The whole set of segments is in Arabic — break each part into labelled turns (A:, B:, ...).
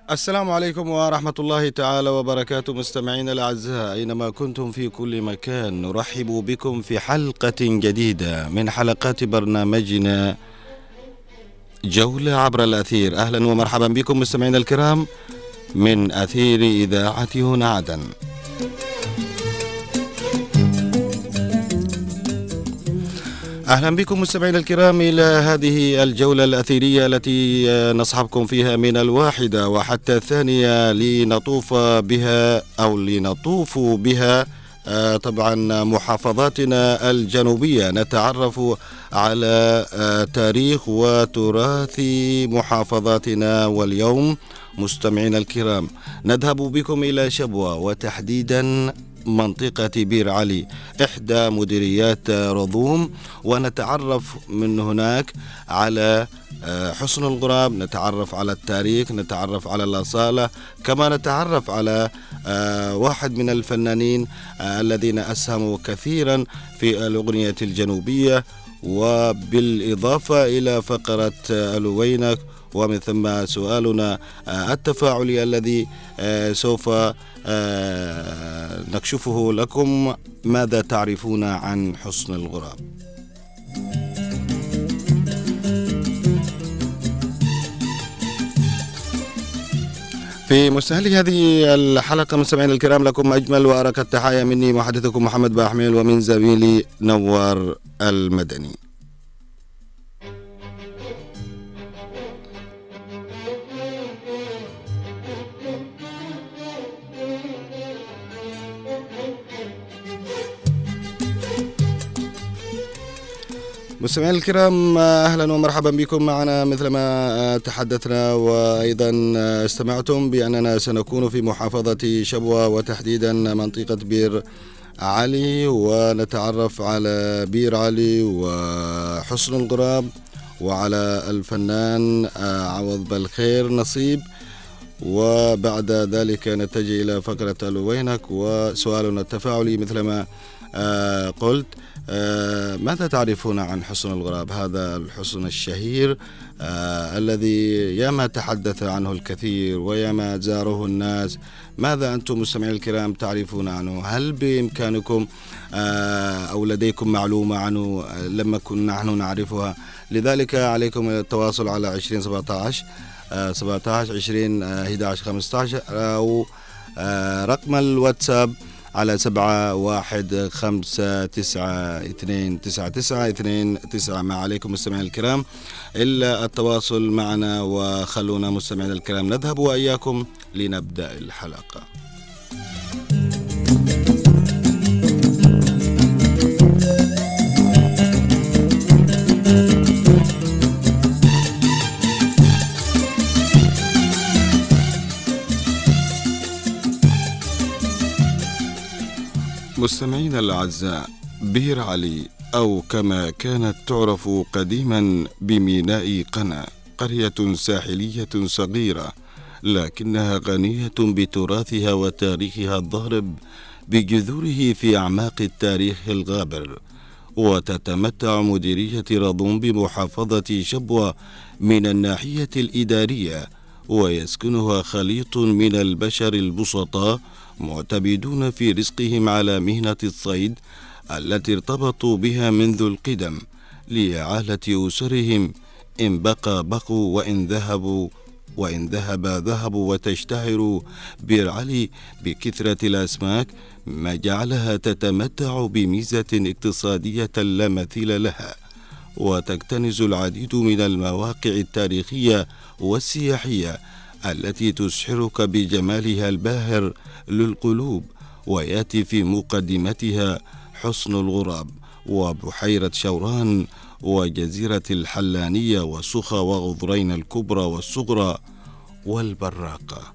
A: السلام عليكم ورحمة الله تعالى وبركاته، مستمعينا الأعزاء أينما كنتم في كل مكان، نرحب بكم في حلقة جديدة من حلقات برنامجنا جولة عبر الأثير. أهلا ومرحبا بكم مستمعينا الكرام من أثير إذاعة هنا عدن. أهلا بكم مستمعينا الكرام إلى هذه الجولة الأثيرية التي نصحبكم فيها من الواحدة وحتى الثانية لنطوف بها طبعا محافظاتنا الجنوبية، نتعرف على تاريخ وتراث محافظاتنا. واليوم مستمعينا الكرام نذهب بكم إلى شبوة، وتحديدا منطقة بير علي إحدى مديريات رضوم، ونتعرف من هناك على حصن الغراب، نتعرف على التاريخ، نتعرف على الأصالة، كما نتعرف على واحد من الفنانين الذين أسهموا كثيرا في الأغنية الجنوبية، وبالإضافة إلى فقرة ألوينك، ومن ثم سؤالنا التفاعلي الذي سوف نكشفه لكم. ماذا تعرفون عن حصن الغراب؟ في مستهل هذه الحلقة مستمعينا الكرام لكم أجمل وأرق التحايا مني محدثكم محمد باحميل، ومن زميلي نوار المدني. مستمعينا الكرام أهلا ومرحبا بكم معنا. مثلما تحدثنا وأيضا استمعتم بأننا سنكون في محافظة شبوة، وتحديدا منطقة بير علي، ونتعرف على بير علي وحصن الغراب وعلى الفنان عوض بالخير نصيب، وبعد ذلك نتجه إلى فقرة ألوينك وسؤالنا التفاعلي. مثلما قلت، ماذا تعرفون عن حصن الغراب؟ هذا الحصن الشهير الذي ياما تحدث عنه الكثير وياما زاره الناس. ماذا أنتم مستمعين الكرام تعرفون عنه؟ هل بإمكانكم أو لديكم معلومة عنه لما كنا نحن نعرفها؟ لذلك عليكم التواصل على 2017 20 11 15 أو رقم الواتساب على 71592999. ما عليكم مستمعين الكرام إلا التواصل معنا، وخلونا مستمعين الكرام نذهب وإياكم لنبدأ الحلقة. مستمعينا الأعزاء، بير علي أو كما كانت تعرف قديما بميناء قنا، قرية ساحلية صغيرة لكنها غنية بتراثها وتاريخها الضارب بجذوره في أعماق التاريخ الغابر. وتتمتع مديرية رضوم بمحافظة شبوة من الناحية الإدارية، ويسكنها خليط من البشر البسطاء معتمدون في رزقهم على مهنة الصيد التي ارتبطوا بها منذ القدم لإعالة أسرهم. إن بقى بقوا، وإن ذهب ذهبوا. وتشتهر بير علي بكثرة الأسماك، ما جعلها تتمتع بميزة اقتصادية لا مثيل لها، وتكتنز العديد من المواقع التاريخية والسياحية التي تسحرك بجمالها الباهر للقلوب. ويأتي في مقدمتها حصن الغراب وبحيرة شوران وجزيرة الحلانية وسخا وغضرين الكبرى والصغرى والبراقة.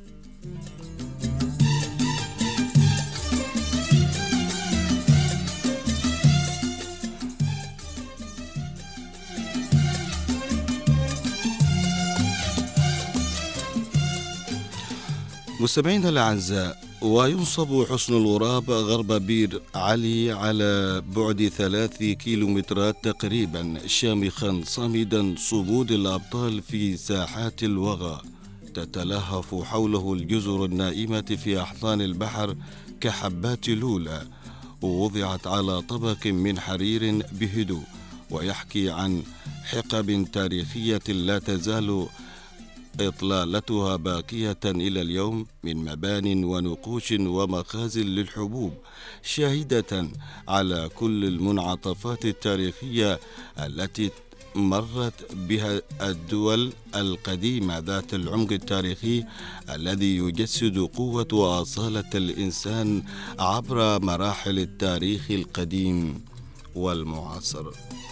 A: مستمعينا الأعزاء، وينصب حصن الغراب غرب بير علي على بعد 3 كيلومترات تقريبا، شامخا صامدا صمود الأبطال في ساحات الوغى تتلهف حوله الجزر النائمة في أحضان البحر كحبات لولا، ووضعت على طبق من حرير بهدوء، ويحكي عن حقب تاريخية لا تزال إطلالتها باقية إلى اليوم من مبان ونقوش ومخازن للحبوب، شاهدة على كل المنعطفات التاريخية التي مرت بها الدول القديمة ذات العمق التاريخي الذي يجسد قوة وأصالة الإنسان عبر مراحل التاريخ القديم والمعاصر.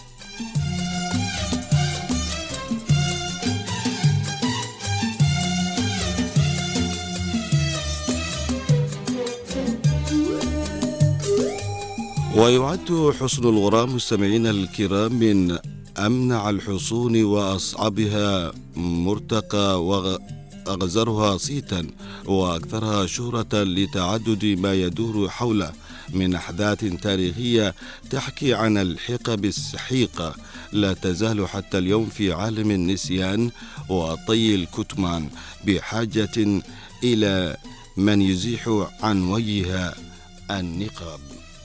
A: ويعد حصن الغرام مستمعينا الكرام من أمنع الحصون وأصعبها مرتقى وأغزرها صيتا وأكثرها شهرة لتعدد ما يدور حوله من أحداث تاريخية تحكي عن الحقب السحيقة لا تزال حتى اليوم في عالم النسيان وطي الكتمان، بحاجة إلى من يزيح عن وجهها النقاب.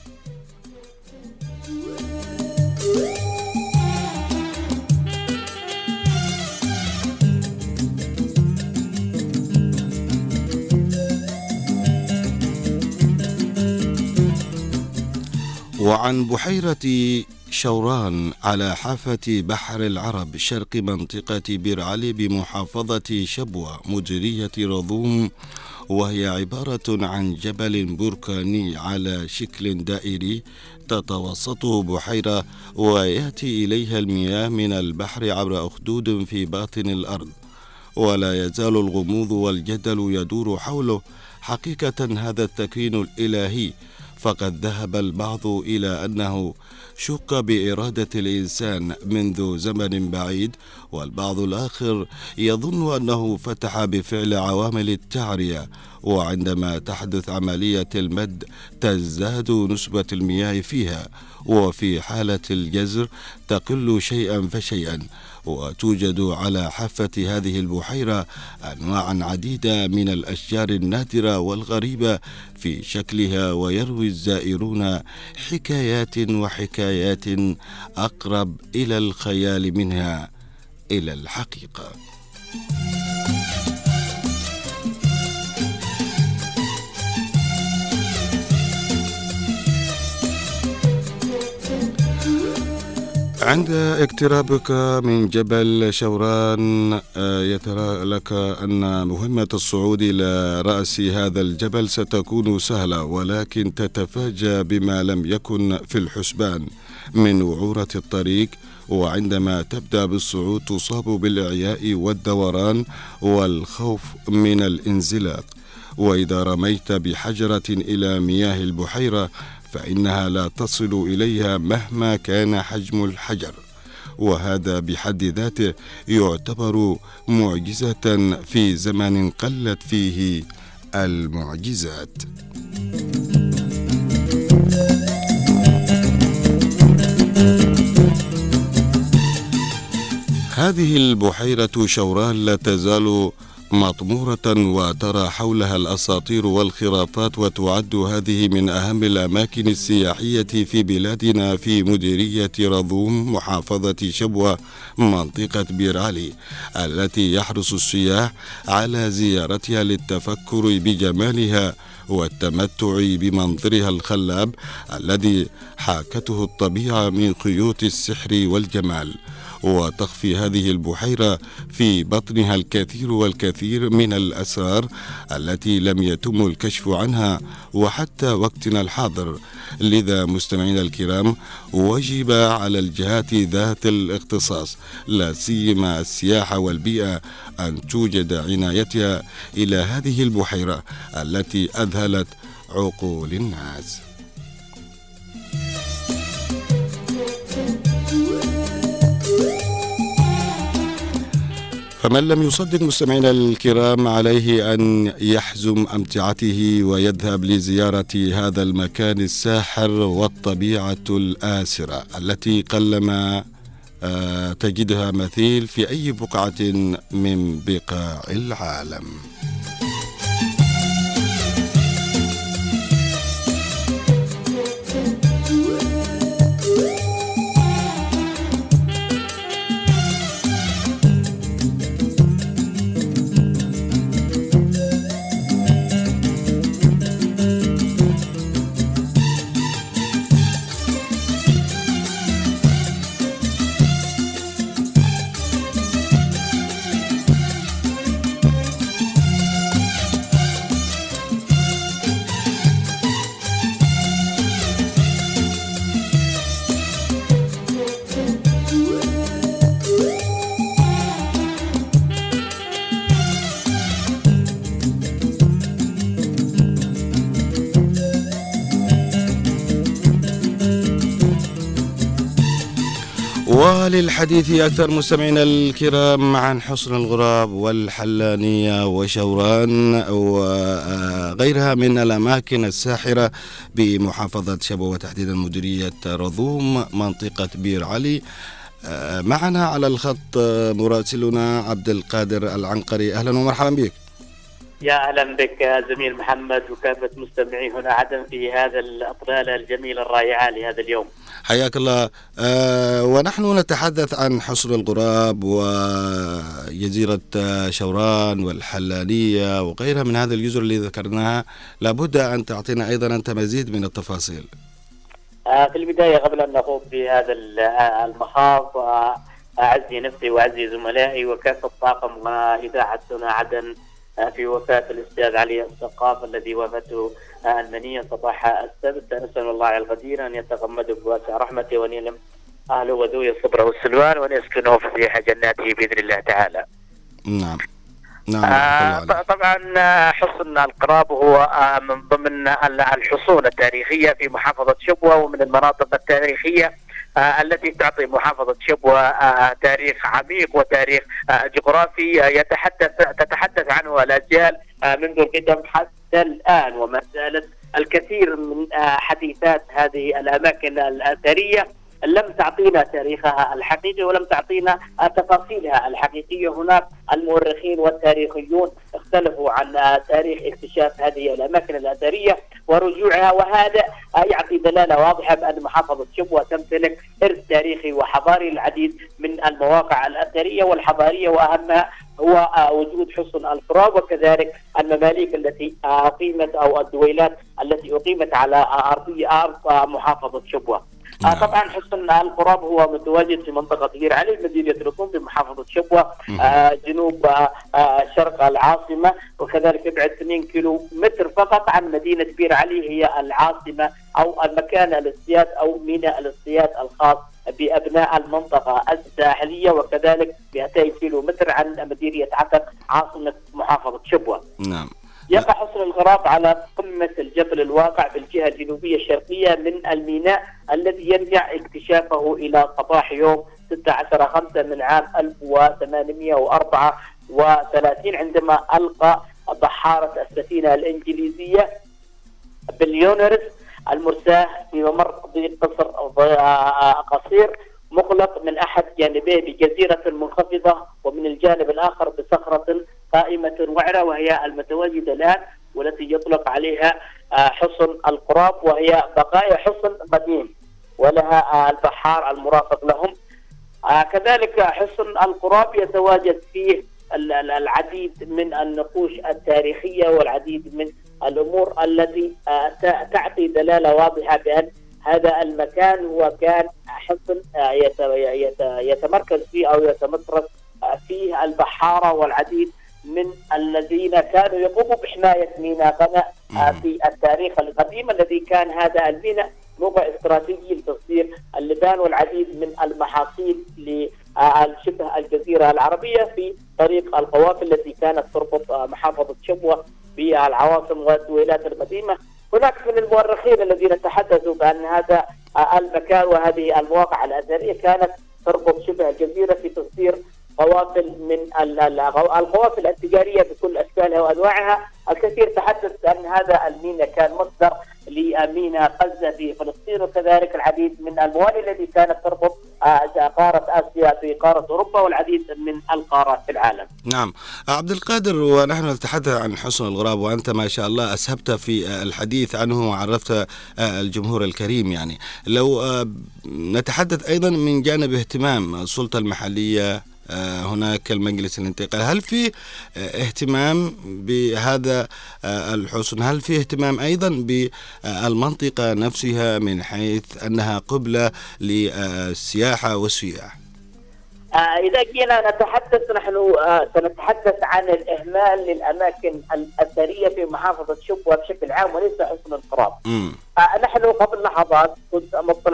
A: وعن بحيرة شوران على حافة بحر العرب شرق منطقة بير علي بمحافظة شبوة مديرية رضوم، وهي عبارة عن جبل بركاني على شكل دائري تتوسطه بحيرة ويأتي إليها المياه من البحر عبر أخدود في باطن الأرض، ولا يزال الغموض والجدل يدور حوله حقيقة هذا التكوين الإلهي، فقد ذهب البعض إلى أنه شق بإرادة الإنسان منذ زمن بعيد، والبعض الآخر يظن أنه فتح بفعل عوامل التعرية، وعندما تحدث عملية المد تزداد نسبة المياه فيها، وفي حالة الجزر تقل شيئا فشيئا. وتوجد على حافة هذه البحيرة أنواع عديدة من الأشجار النادرة والغريبة في شكلها، ويروي الزائرون حكايات وحكايات أقرب إلى الخيال منها إلى الحقيقة. عند اقترابك من جبل شوران يترى لك أن مهمة الصعود إلى رأس هذا الجبل ستكون سهلة، ولكن تتفاجأ بما لم يكن في الحسبان من وعورة الطريق، وعندما تبدأ بالصعود تصاب بالإعياء والدوران والخوف من الانزلاق، وإذا رميت بحجرة إلى مياه البحيرة فإنها لا تصل إليها مهما كان حجم الحجر، وهذا بحد ذاته يعتبر معجزة في زمن قلت فيه المعجزات. هذه البحيرة شوران لا تزال مطمورة وترى حولها الأساطير والخرافات، وتعد هذه من أهم الأماكن السياحية في بلادنا في مديرية رضوم محافظة شبوة منطقة بير علي، التي يحرص السياح على زيارتها للتفكر بجمالها والتمتع بمنظرها الخلاب الذي حاكته الطبيعة من خيوط السحر والجمال. وتخفي هذه البحيرة في بطنها الكثير والكثير من الأسرار التي لم يتم الكشف عنها وحتى وقتنا الحاضر. لذا مستمعينا الكرام، وجب على الجهات ذات الاختصاص لا سيما السياحة والبيئة أن توجد عنايتها إلى هذه البحيرة التي أذهلت عقول الناس. فمن لم يصدق مستمعينا الكرام عليه أن يحزم أمتعته ويذهب لزيارة هذا المكان الساحر والطبيعة الآسرة التي قلما تجدها مثيل في أي بقعة من بقاع العالم. وللحديث أكثر مستمعينا الكرام عن حصن الغراب والحلانية وشوران وغيرها من الأماكن الساحرة بمحافظة شبوة وتحديدا مديرية رضوم منطقة بير علي، معنا على الخط مراسلنا عبد القادر العنقري. أهلا ومرحبا بك.
B: يا أهلا بك زميل محمد وكافة مستمعي هنا عدن في هذا الأطلالة الجميلة الرائعة لهذا اليوم.
A: حياك الله. ونحن نتحدث عن حصن الغراب وجزيرة شوران والحلانية وغيرها من هذه الجزر اللي ذكرناها، لابد أن تعطينا أيضا أنت مزيد من التفاصيل.
B: في البداية قبل أن نخوض بهذا المخاض أعزي نفسي وأعزي زملائي وكافة طاقم إذاعة هنا عدن في وفاة الأستاذ علي السقاف الذي وفاته المنية صباح السبت. نسأل الله القدير أن يتغمده بواسع رحمته وأن يلم أهله وذوي الصبر والسلوان وأن يسكنه فسيح جناته بإذن الله تعالى.
A: نعم.
B: طبعا حصن الغراب هو من ضمن الحصون التاريخية في محافظة شبوة ومن المناطق التاريخية التي تعطي محافظة شبوة تاريخ عميق وتاريخ جغرافي تتحدث عنه الأجيال منذ القدم حتى الآن، وما زالت الكثير من حديثات هذه الأماكن الأثرية لم تعطينا تاريخها الحقيقي ولم تعطينا تفاصيلها الحقيقية. هناك المؤرخين والتاريخيون اختلفوا عن تاريخ اكتشاف هذه الأماكن الأثرية ورجوعها، وهذا يعطي دلالة واضحة بأن محافظة شبوة تمتلك إرث تاريخي وحضاري العديد من المواقع الأثرية والحضارية، وأهمها هو وجود حصن الغراب وكذلك المماليك التي أقيمت أو الدويلات التي أقيمت على أرض محافظة شبوة. طبعا حصن الغراب هو متواجد في منطقة بير علي مدينة رضوم بمحافظة شبوة جنوب شرق العاصمة، وكذلك يبعد 2 كيلو متر فقط عن مدينة بير علي هي العاصمة أو المكان الاصطياد أو ميناء الاصطياد الخاص بأبناء المنطقة الساحلية، وكذلك 200 كيلو متر عن مديرية عتق عاصمة محافظة شبوة.
A: نعم.
B: يقع حصن الغراب على قمة الجبل الواقع في الجهة الجنوبية الشرقية من الميناء الذي يرجع اكتشافه إلى صباح يوم 16/5 من عام 1834 عندما ألقى بحارة السفينة الإنجليزية بليونيرز المرساة في ممر قصر قصير مغلق من أحد جانبيه بجزيرة منخفضة ومن الجانب الآخر بصخرة قائمة وعرة، وهي المتواجدة الآن والتي يطلق عليها حصن الغراب، وهي بقايا حصن قديم ولها البحار المرافق لهم. كذلك حصن الغراب يتواجد فيه العديد من النقوش التاريخية والعديد من الأمور التي تعطي دلالة واضحة بأن هذا المكان هو كان حصن يتمركز فيه أو يتمترس فيه البحارة والعديد من الذين كانوا يقوموا بحماية ميناء قنا في التاريخ القديم الذي كان هذا الميناء موقع استراتيجي لتصدير اللبان والعديد من المحاصيل لشبه الجزيرة العربية في طريق القوافل التي كانت تربط محافظة شبوة بالعواصم والدويلات القديمة. هناك من المؤرخين الذين تحدثوا بأن هذا المكان وهذه المواقع الأثرية كانت تربط شبه الجزيرة في تصدير قوافل من القوافل التجارية بكل أشكالها وأنواعها. الكثير تحدث أن هذا الميناء كان مصدر لميناء غزة في فلسطين، وكذلك العديد من الموانئ التي كانت تربط قارة آسيا اسيا في قاره اوروبا والعديد من القارات في العالم.
A: نعم عبد القادر، ونحن نتحدث عن حسن الغراب، وأنت ما شاء الله أسهبت في الحديث عنه وعرفت الجمهور الكريم. يعني لو نتحدث أيضا من جانب اهتمام السلطة المحلية، هناك المجلس الانتقالي، هل في اهتمام بهذا الحسن؟ هل في اهتمام أيضا بالمنطقة نفسها من حيث أنها قبلة للسياحة والسياح؟
B: إذا جينا نتحدث، نحن سنتحدث عن الإهمال للأماكن الأثرية في محافظة شبوة بشكل عام وليس حسن الغراب. نحن قبل لحظات كنت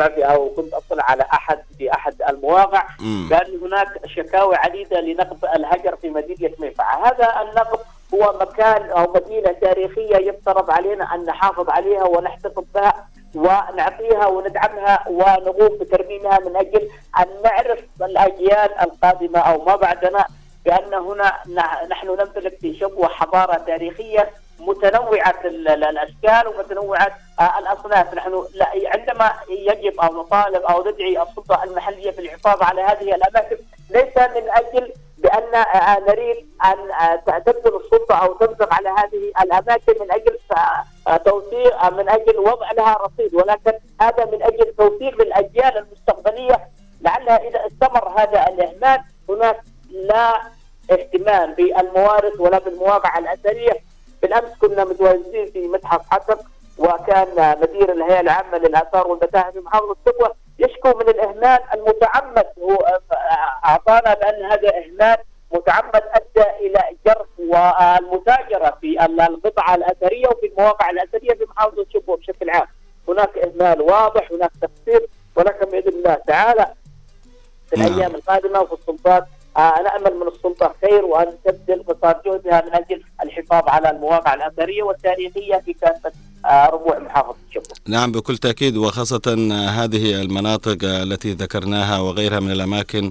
B: أطلع على أحد المواقع بأن هناك شكاوى عديدة لنقب الهجر في مدينة ميفعة. هذا النقب هو مكان أو مدينة تاريخية يفترض علينا أن نحافظ عليها ونحتفظ بها ونعطيها وندعمها ونقوم بترميمها من أجل أن نعرف الأجيال القادمة أو ما بعدنا بأن هنا نحن نمتلك في شبوة حضارة تاريخية متنوعة الأشكال ومتنوعة الأصناف. نحن عندما يجب أو نطالب أو ندعي السلطة المحلية في الحفاظ على هذه الأماكن ليس من أجل بأن نريد أن تبذل السلطة أو تنفق على هذه الأماكن من أجل توثيق، من أجل وضع لها رصيد، ولكن هذا من أجل توثيق للأجيال المستقبلية لعلها إذا استمر هذا الإهمال هناك لا اهتمام بالموارد ولا بالمواقع الأثرية. بالأمس كنا متواجدين في متحف حسب، وكان مدير الهيئة العامة للآثار والمتاحف في محافظة شبوة يشكو من الإهمال المتعمد. هو أعطانا بأن هذا إهمال متعمد أدى إلى جرف والمتاجرة في القطع الأثرية وفي المواقع الأثرية في محافظة شبوة بشكل عام. هناك إهمال واضح، هناك تقصير، ولكن بإذن الله تعالى في الأيام القادمة وفي السلطات نأمل من السلطة خير وأن تبذل قصارى جهدها من أجل الحفاظ على المواقع الأثرية والتاريخية في كافة ربوع محافظة شبوة.
A: نعم بكل تأكيد، وخاصة هذه المناطق التي ذكرناها وغيرها من الأماكن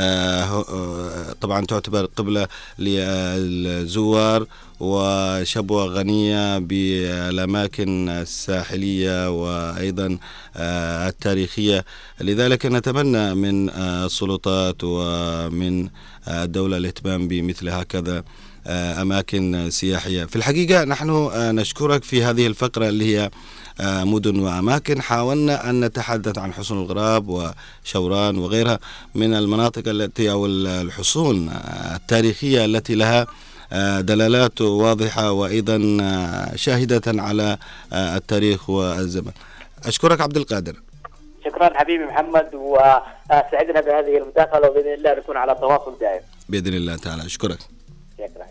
A: طبعا تعتبر قبلة للزوار، وشبوة غنية بالأماكن الساحلية وأيضا التاريخية. لذلك نتمنى من السلطات ومن الدولة الاهتمام بمثل هكذا أماكن سياحية. في الحقيقة نحن نشكرك في هذه الفقرة اللي هي مدن وأماكن. حاولنا أن نتحدث عن حصن الغراب وشوران وغيرها من المناطق التي أو الحصون التاريخية التي لها دلالات واضحة وأيضا شاهدة على التاريخ والزمن. أشكرك عبد القادر.
B: شكرا حبيبي محمد، وسعدنا بهذه المداخلة، وبإذن الله نكون على تواصل دائم
A: بإذن الله تعالى. أشكرك.
B: شكرا.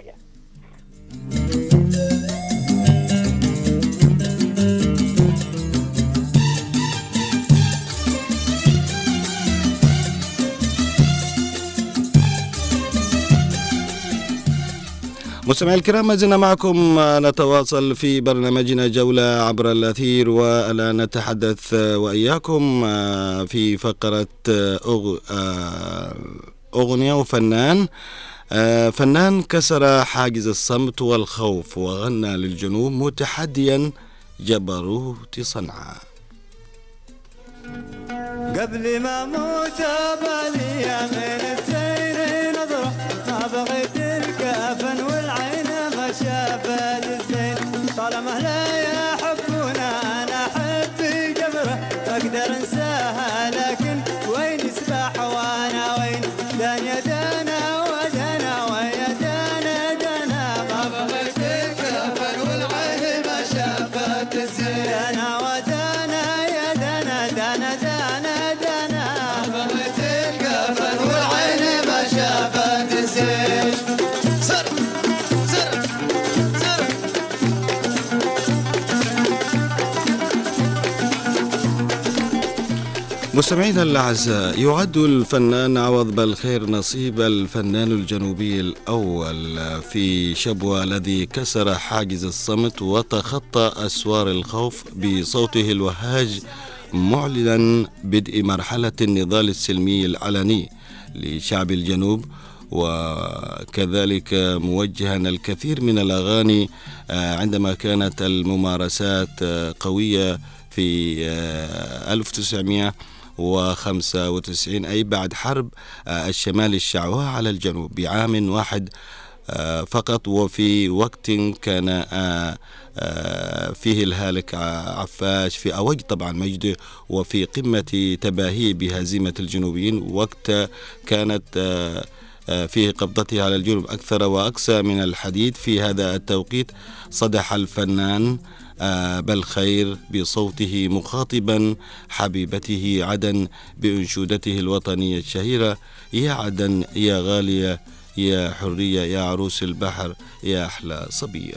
A: مستمعي الكرام، ما زلنا معكم نتواصل في برنامجنا جولة عبر الأثير، والآن نتحدث وإياكم في فقرة أغنية وفنان. فنان كسر حاجز الصمت والخوف وغنى للجنوب متحديا جبروت صنعاء.
C: قبل ما موت بالي من السير نظره، ما بغيت الكفن والعين ما شافت الزين. طالما لا يحبونا انا احب جبره، اقدر انساها لكن وين يسبح وانا وين. دنيا دنا ودنا ويا دنا دنا، ما بغيت الكفن والعين ما شافت الزين. دنا ودنا يا دنا دنا دنا دنا، ما بغيت الكفن والعين ما شافت الزين.
A: مستمعينا الأعزاء، يعد الفنان عوض بالخير نصيب الفنان الجنوبي الأول في شبوة الذي كسر حاجز الصمت وتخطى أسوار الخوف بصوته الوهاج، معلنا بدء مرحلة النضال السلمي العلني لشعب الجنوب، وكذلك موجها الكثير من الأغاني عندما كانت الممارسات قوية في 1971 1995 أي بعد حرب الشمال الشعواء على الجنوب بعام واحد فقط، وفي وقت كان فيه الهالك عفاش في أوج طبعا مجده وفي قمة تباهيه بهزيمة الجنوبيين، وقت كانت فيه قبضته على الجنوب أكثر وأقسى من الحديد. في هذا التوقيت صدح الفنان بالخير بصوته مخاطبا حبيبته عدن بأنشودته الوطنية الشهيرة: يا عدن يا غالية يا حرية يا عروس البحر يا أحلى صبية.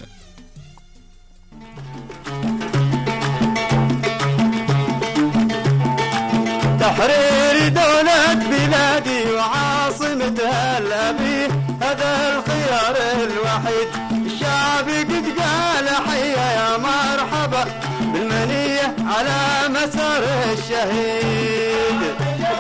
C: تحرير دولة بلادي وعاصمتها الأبي، هذا الخيار الوحيد. الشعب قد قال حيا يا مرحبا بالمنية على مسار الشهيد.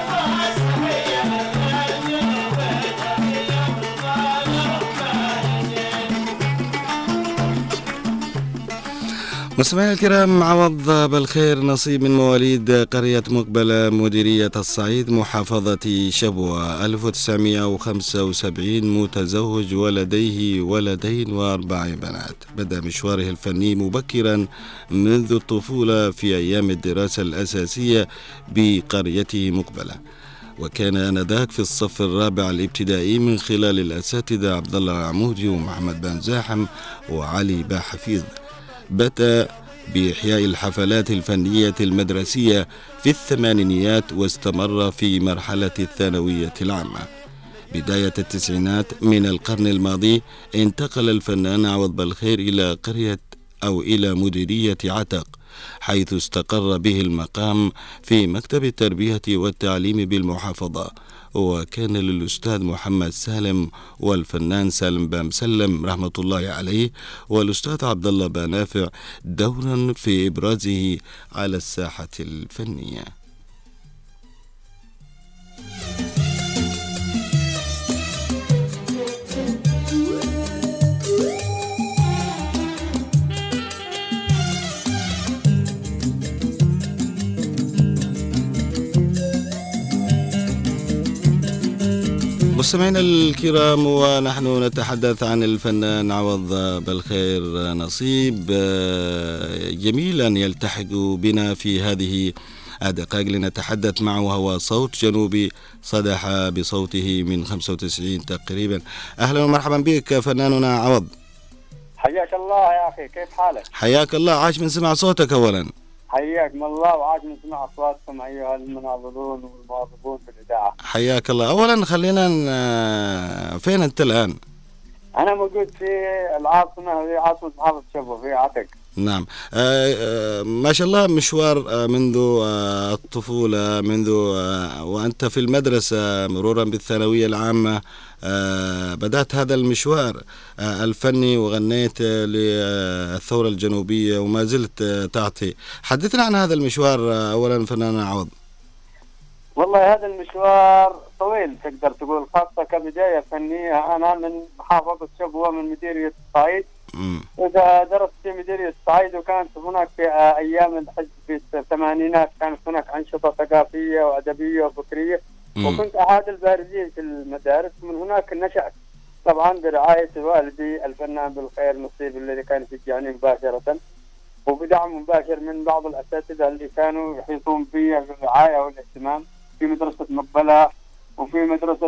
A: مستمعينا الكرام، عوض بالخير نصيب من مواليد قرية مقبلة مديرية الصعيد محافظة شبوة 1975، متزوج ولديه ولدين و4 بنات. بدأ مشواره الفني مبكرا منذ الطفولة في أيام الدراسة الأساسية بقريته مقبلة، وكان آنذاك في الصف الرابع الابتدائي من خلال الأساتذة عبد الله العمودي ومحمد بن زاحم وعلي باحفيظ. بدأ بإحياء الحفلات الفنية المدرسية في الثمانينيات واستمر في مرحلة الثانوية العامة. بداية التسعينات من القرن الماضي انتقل الفنان عوض بالخير إلى مديرية عتق، حيث استقر به المقام في مكتب التربية والتعليم بالمحافظة، وكان للأستاذ محمد سالم والفنان سالم بامسلم رحمة الله عليه والأستاذ عبد الله بنافع دورا في إبرازه على الساحة الفنية. مستمعينا الكرام، ونحن نتحدث عن الفنان عوض بالخير نصيب، جميلا يلتحق بنا في هذه الدقائق لنتحدث معه. هو صوت جنوبي صدح بصوته من 95 تقريبا. أهلا ومرحبا بك فناننا عوض.
D: حياك الله يا أخي، كيف حالك؟
A: حياك الله، عاش من سمع صوتك أولا.
D: حياكم الله وعاش من سمع أصواتكم أيها المناضلون والمواظبون في الإذاعة.
A: حياك الله. أولا خلينا فين أنت الآن؟
D: أنا موجود في العاصمة، في عاصمة محافظة شبوة في عتق.
A: نعم. ما شاء الله، مشوار منذ الطفولة، منذ وأنت في المدرسة مرورا بالثانوية العامة، بدأت هذا المشوار الفني وغنيت للثورة الجنوبية وما زلت تعطي. حدثنا عن هذا المشوار أولا فنان عوض.
D: والله هذا المشوار طويل تقدر تقول، خاصة كبداية فنية. أنا من محافظة شبوة من مديرية الصعيد، وإذا درست في مديرية الصعيد، وكانت هناك في أيام الحج في الثمانينات كانت هناك أنشطة ثقافية وأدبية وفكرية، وكنت أحد البارزين في المدارس. من هناك نشأت طبعا برعاية والدي الفنان بالخير نصيب الذي كان يشجعني مباشرة، وبدعم مباشر من بعض الأساتذة اللي كانوا يحيطون بي بالرعاية والاهتمام في مدرسة مقبلة وفي مدرسة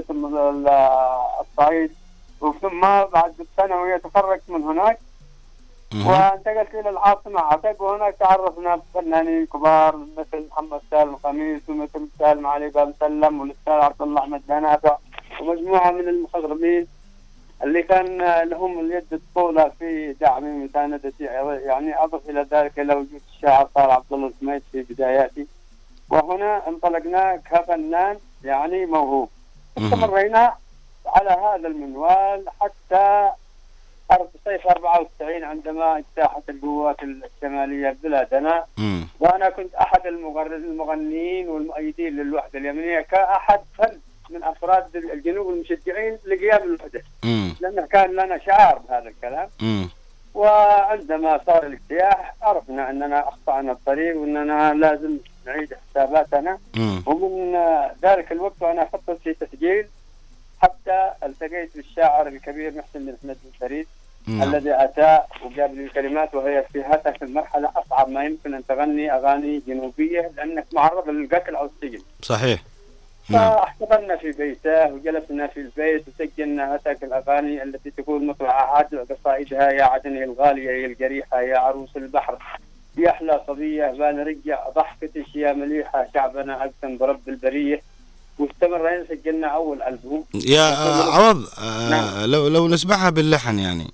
D: الصعيد. وثم بعد الثانوية تخرجت من هناك وانتقلت إلى العاصمة عتق، وهناك تعرفنا بفنانين كبار مثل محمد سالم خميس ومثل سالم علي بامسلم والأستاذ عبد الله أحمد بنافع ومجموعة من المخضرمين اللي كان لهم اليد الطولة في دعمي ومساندتي. يعني أضف إلى ذلك إلى وجود الشاعر صار عبد الله السميد في بداياتي، وهنا انطلقنا كفنان يعني موهوب. استمرينا على هذا المنوال حتى صيف 94 عندما اجتاحت القوات الشمالية بلادنا، وأنا كنت أحد المغنيين والمؤيدين للوحدة اليمنية، كأحد فرد من أفراد الجنوب المشجعين لقيام الوحدة، لأنه كان لنا شعار بهذا الكلام. وعندما صار الاجتياح عرفنا أننا أخطأنا الطريق وأننا لازم نعيد حساباتنا. ومن ذلك الوقت وأنا خطط في تسجيل، حتى التقيت بالشاعر الكبير محسن بن أحمد بن فريد الذي أتى وجاب لي الكلمات، وهي في هذه المرحلة أصعب ما يمكن أن تغني أغاني جنوبية لأنك معرض للقتل أو السجن.
A: صحيح.
D: فاحتضرنا في بيته وجلسنا في البيت وسجلنا هتاك الأغاني التي تكون مطلعات قصائدها: يا عدني الغالية يا الجريحة، يا عروس البحر، يا أحلى صبية، بنرجع ضحكتش يا مليحة، شعبنا أقسم برب البرية. واستمرنا سجلنا أول ألبوم.
A: يا عوض لو نسمعها باللحن يعني.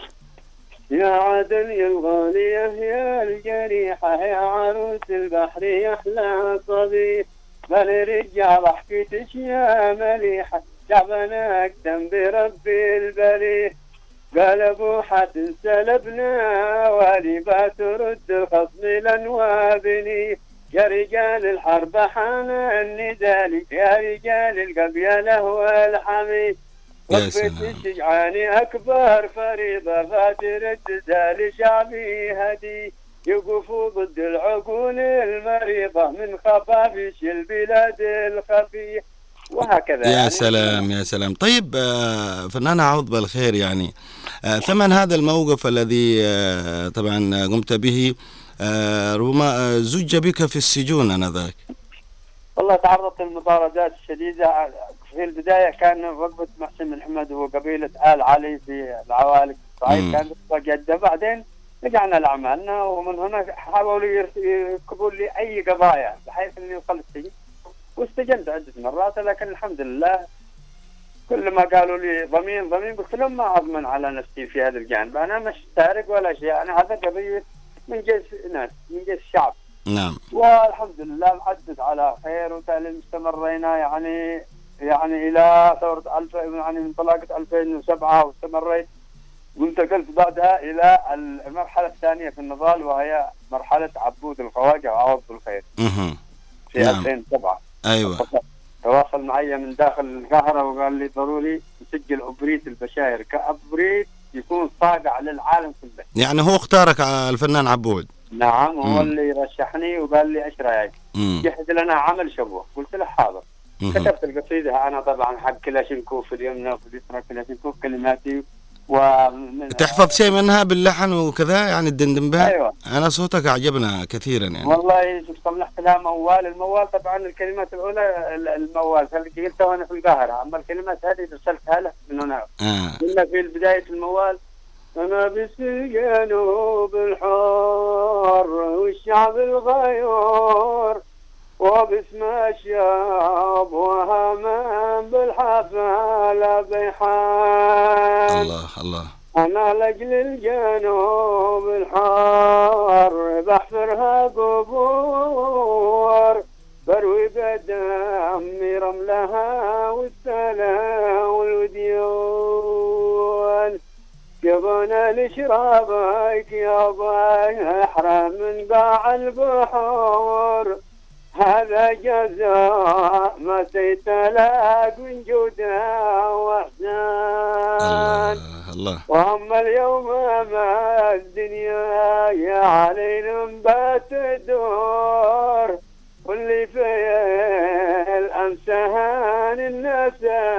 D: يا عدني الغالية يا الجريحة، يا عروس البحر، يا أحلى صبية، بنرجع ضحكتش يا مليحة، شعبنا أقسم برب البريه. قال أبو حاتم سلبنا ولبا ترد الخصم لنوابني، يا رجال الحرب حان الندالي، يا رجال القبيلة والحمي، وقفة الشجعان أكبر فريضة فاترة لشعبي هدي، يقفوا ضد العقول المريضة من خفافيش البلاد الخفية. وهكذا.
A: يا
D: يعني
A: سلام يا سلام. طيب فنان عوض بالخير، يعني ثمن هذا الموقف الذي طبعا قمت به ربما زج بك في السجون آنذاك.
D: والله تعرضت للمطاردات الشديدة. في البداية كان وقفة محسن بن حمد وقبيلة آل علي في العوالق الصعيد كانت جدة، بعدين رجعنا لأعمالنا، ومن هنا حاولوا يركبوا لي أي قضايا بحيث أني أدخل السجن، واستجنت عدة مرات، لكن الحمد لله كل ما قالوا لي ضمين قلت لهم ما أضمن على نفسي في هذا الجانب، أنا مش سارق ولا شيء، أنا هذا قضية من جنس ناس، من جنس الشعب.
A: نعم.
D: والحمد لله عدت على خير، وتالي استمرينا يعني إلى ثورة يعني من طلاقة 2007، واستمريت وانتقلت بعدها إلى المرحلة الثانية في النضال، وهي مرحلة عبود الخواجة وعوض بالخير في 2007.
A: أيوة.
D: تواصل معي من داخل القاهرة وقال لي ضروري نسجل أبريت البشاير كأبريت يكون صاقع للعالم كله.
A: يعني هو اختارك الفنان عبود؟
D: نعم، هو اللي رشحني وقال لي ايش رايك؟ جهز لنا عمل شبوه، قلت له حاضر. كتبت القصيدة أنا طبعا حق كلاشينكوف اليمنى وفي اليسرى كلاشينكوف كلماتي،
A: تحفظ شيء منها باللحن وكذا يعني الدندن بها؟
D: أيوة.
A: أنا صوتك عجبنا كثيرا يعني.
D: والله شوف صلحت لها الموال طبعا الكلمات الأولى الموال قلتها وأنا في القاهرة، أما الكلمات هذه رسلتها له من هنا. قلنا في بداية الموال: أنا بالسجن وبالحر والشعب الغيور، وباسم الشعب وهمان بالحفالة بيحان.
A: الله الله.
D: أنا لأجل الجنوب الحار بحفرها قبور، بروي بدمي رملها والسلام والوديان، يبونا لشرابك يا بحر من باع البحور، هذا جزاء ما سيتلاق من جوده وإحسان.
A: الله.
D: وأما اليوم ما الدنيا يا علينا بات الدور، واللي في الأمسهان الناس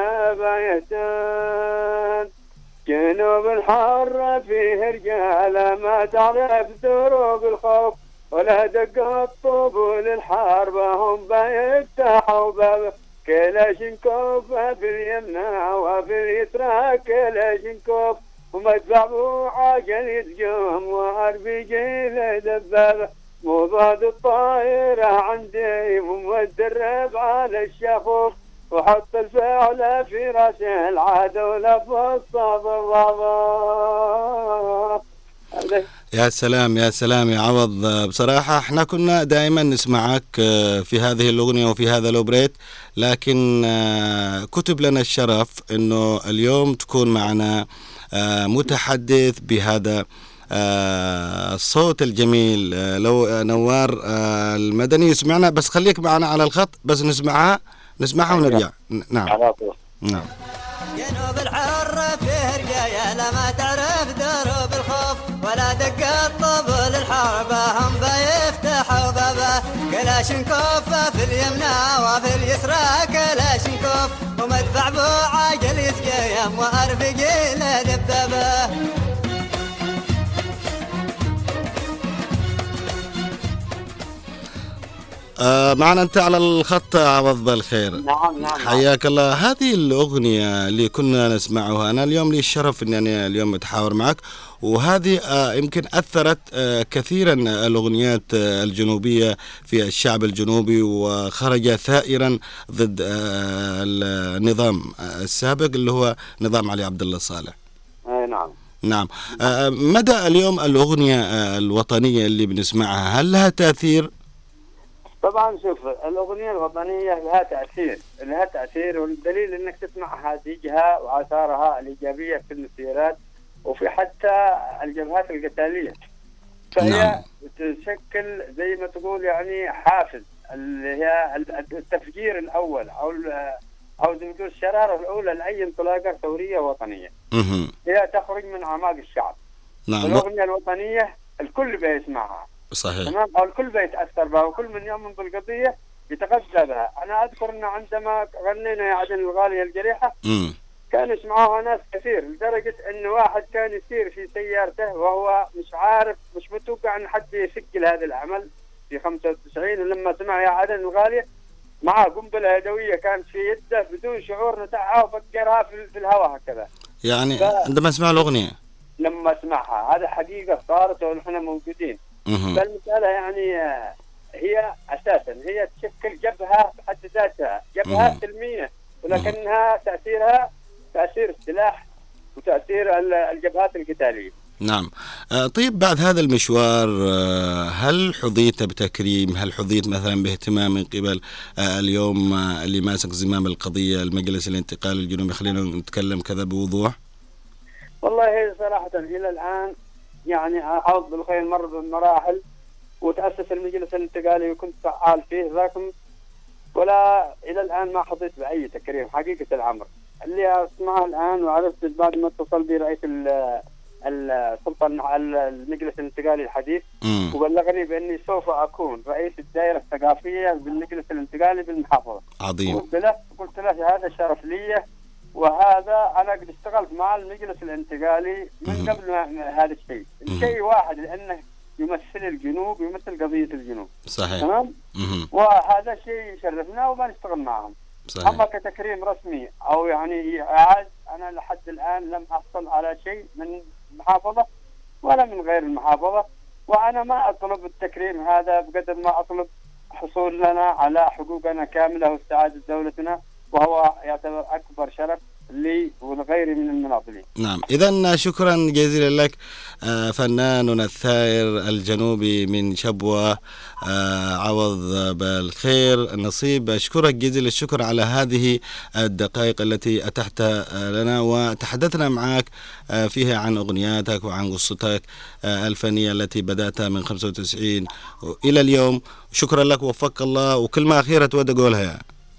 D: بايتان، جنوب الحر فيه رجال ما تعرف دروب الخوف، ولا دق الطبول الحرب هم بيفتحوا باب كلاشينكوف في اليمنى وفي اليسرى كلاشينكوف، ومدفع عجل يتقوم واربيجي دبابه، مضاد الطائره عندي ومدرب على الشفوف، وحط الفعل في راس العدو لفص بالرضا.
A: يا سلام يا سلام يا عوض. بصراحة احنا كنا دائما نسمعك في هذه الأغنية وفي هذا الأوبريت، لكن كتب لنا الشرف انه اليوم تكون معنا متحدث بهذا الصوت الجميل. لو نوار المدني يسمعنا، بس خليك معنا على الخط بس نسمعها ونرجع. نعم. نعم.
C: جنوب الحر فيه رجايا ما تعرف دروب الخوف، ولا دق الطبل الحرب هم بيفتحوا بابه، كلا كلاشنكوف في اليمنى وفي اليسرى كلاشنكوف ومدفع بو عاجل يسقيم وارفق له دبابه.
A: معنا أنت على الخط عوض بالخير.
D: نعم.
A: حياك الله. هذه الأغنية اللي كنا نسمعها، أنا اليوم لي الشرف أني أنا اليوم أتحاور معك، وهذه يمكن أثرت كثيرا الأغنيات الجنوبية في الشعب الجنوبي، وخرج ثائرا ضد النظام السابق اللي هو نظام علي عبد الله صالح. نعم. مدى اليوم الأغنية الوطنية اللي بنسمعها هل لها تأثير؟
D: طبعا شوف، الأغنية الوطنية لها تأثير، والدليل انك تسمع هاتيجها وآثارها الإيجابية في المسيرات وفي حتى الجبهات القتالية. فهي تشكل زي ما تقول يعني حافز، اللي هي التفجير الأول أو زي ما تقول الشرارة الأولى لأي انطلاقة ثورية وطنية. هي تخرج من أعماق الشعب. الأغنية الوطنية الكل بيسمعها.
A: صحيح.
D: تمام. او الكل بيتاثر بها، وكل من يؤمن بالقضيه يتغذى بها. انا اذكر ان عندما غنينا يا عدن الغاليه الجريحه كان يسمعوها ناس كثير، لدرجه ان واحد كان يسير في سيارته وهو مش متوقع ان حد يسجل هذا العمل في 95، ولما سمع يا عدن الغاليه معاه قنبله يدويه كانت في يده بدون شعور نتعها وفكرها في الهواء هكذا.
A: يعني عندما اسمع الاغنيه
D: لما اسمعها هذا حقيقه صارت ونحن موجودين. فالمسألة يعني هي أساسا هي تشكل جبهة بحد ذاتها، جبهة سلمية، ولكنها تأثيرها تأثير السلاح وتأثير الجبهات القتالية.
A: نعم. طيب بعد هذا المشوار هل حظيت بتكريم؟ هل حظيت مثلا باهتمام من قبل اليوم اللي ماسك زمام القضية المجلس الانتقالي الجنوبي؟ خلينا نتكلم كذا بوضوح.
D: والله صراحة إلى الآن يعني عوض بالخير مر بمراحل وتأسس المجلس الانتقالي وكنت فعال فيه، لكن ولا إلى الآن ما حظيت بأي تكريم حقيقة الأمر. اللي أسمعه الآن وعرفت بعد ما اتصل بي رئيس السلطة المجلس الانتقالي الحديث وبلغني بأني سوف أكون رئيس الدائرة الثقافية بالمجلس الانتقالي بالمحافظة.
A: عظيم.
D: قلت له هذا شرف لي، وهذا أنا قد اشتغلت مع المجلس الانتقالي من قبل هذا الشيء. الشيء واحد، لأنه يمثل الجنوب، يمثل قضية الجنوب.
A: صحيح.
D: تمام. وهذا شيء يشرفنا وبنشتغل معهم.
A: صحيح.
D: أما كتكريم رسمي أو يعني إعاد، أنا لحد الآن لم أحصل على شيء من المحافظة ولا من غير المحافظة، وأنا ما أطلب التكريم هذا بقدر ما أطلب حصول لنا على حقوقنا كاملة واستعادة دولتنا، وهو يعتبر أكبر شرف لي ولغيري من المناضلين.
A: نعم. إذن شكرا جزيلا لك فناننا الثائر الجنوبي من شبوة عوض بالخير نصيب. أشكرك جزيل الشكر على هذه الدقائق التي أتحت لنا وتحدثنا معك فيها عن أغنياتك وعن قصتك الفنية التي بدأتها من 95 إلى اليوم. شكرا لك ووفقك الله. وكلمة أخيرة تود أقولها؟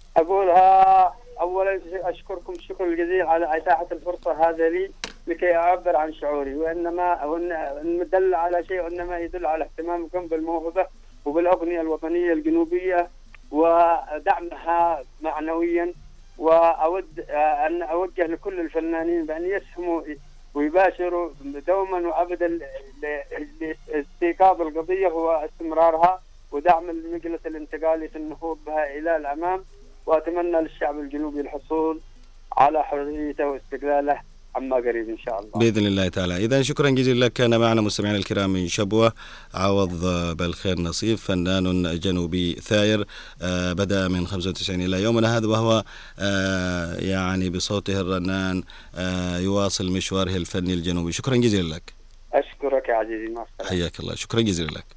D: أولا أشكركم الشكر الجزيل على إتاحة الفرصة هذا لي لكي أعبر عن شعوري، وإنما دل على شيء، وإنما يدل على اهتمامكم بالموهبة وبالأغنية الوطنية الجنوبية ودعمها معنويا. وأود أن أوجه لكل الفنانين بأن يسهموا ويباشروا دوما وأبدا لاستيقاظ القضية واستمرارها ودعم المجلس الانتقالي في النهوض بها إلى الأمام. وأتمنى للشعب الجنوبي الحصول على حريته واستقلاله عما قريب إن شاء الله
A: بإذن الله تعالى. إذا شكرا جزيلا لك. كان معنا مستمعينا الكرام من شبوة عوض بالخير نصيب، فنان جنوبي ثائر بدأ من 95 إلى يومنا هذا، وهو يعني بصوته الرنان يواصل مشواره الفني الجنوبي. شكرا جزيلا لك.
D: أشكرك يا عزيزي. مع السلامة.
A: حياك الله. شكرا جزيلا لك.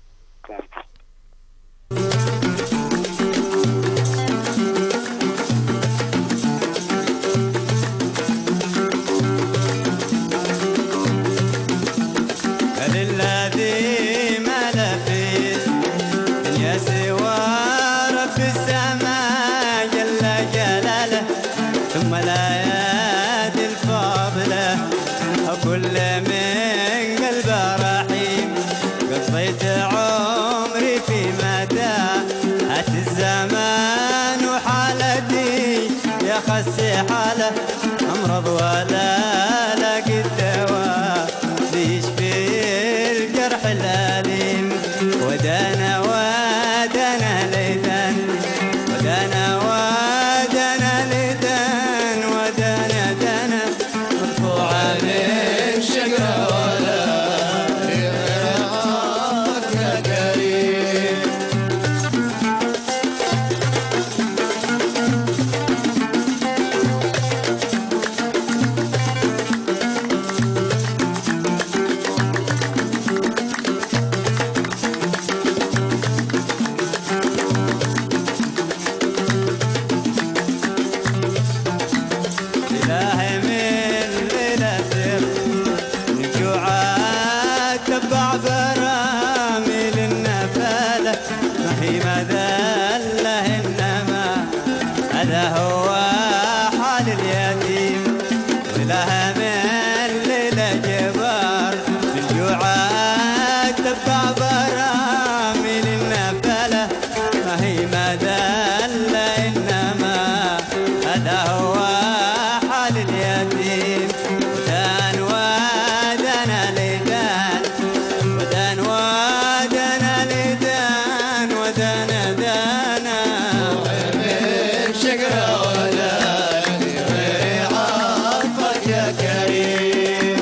C: مرض ولا لاقي الدواء ليشفي الجرح الأليم. ودانا ودانا ليدان ودانا ودانا ليدان ودانا دانا مدفوعة من شقرة ولا غيرك يا كريم. إلهي من ليلة من جوعات تبع براميل النفالة ما هي مذلة إنما هذا هو حال اليتيم. وإلهي من ليلة جبار من جوعات تبع براميل النفالة ما هي مذلة إنما هذا هو حال اليتيم. ودان ودانا ليدان ودان ودانا ليدان ودانا دانا من شقرة ولا غير عطفك يا كريم.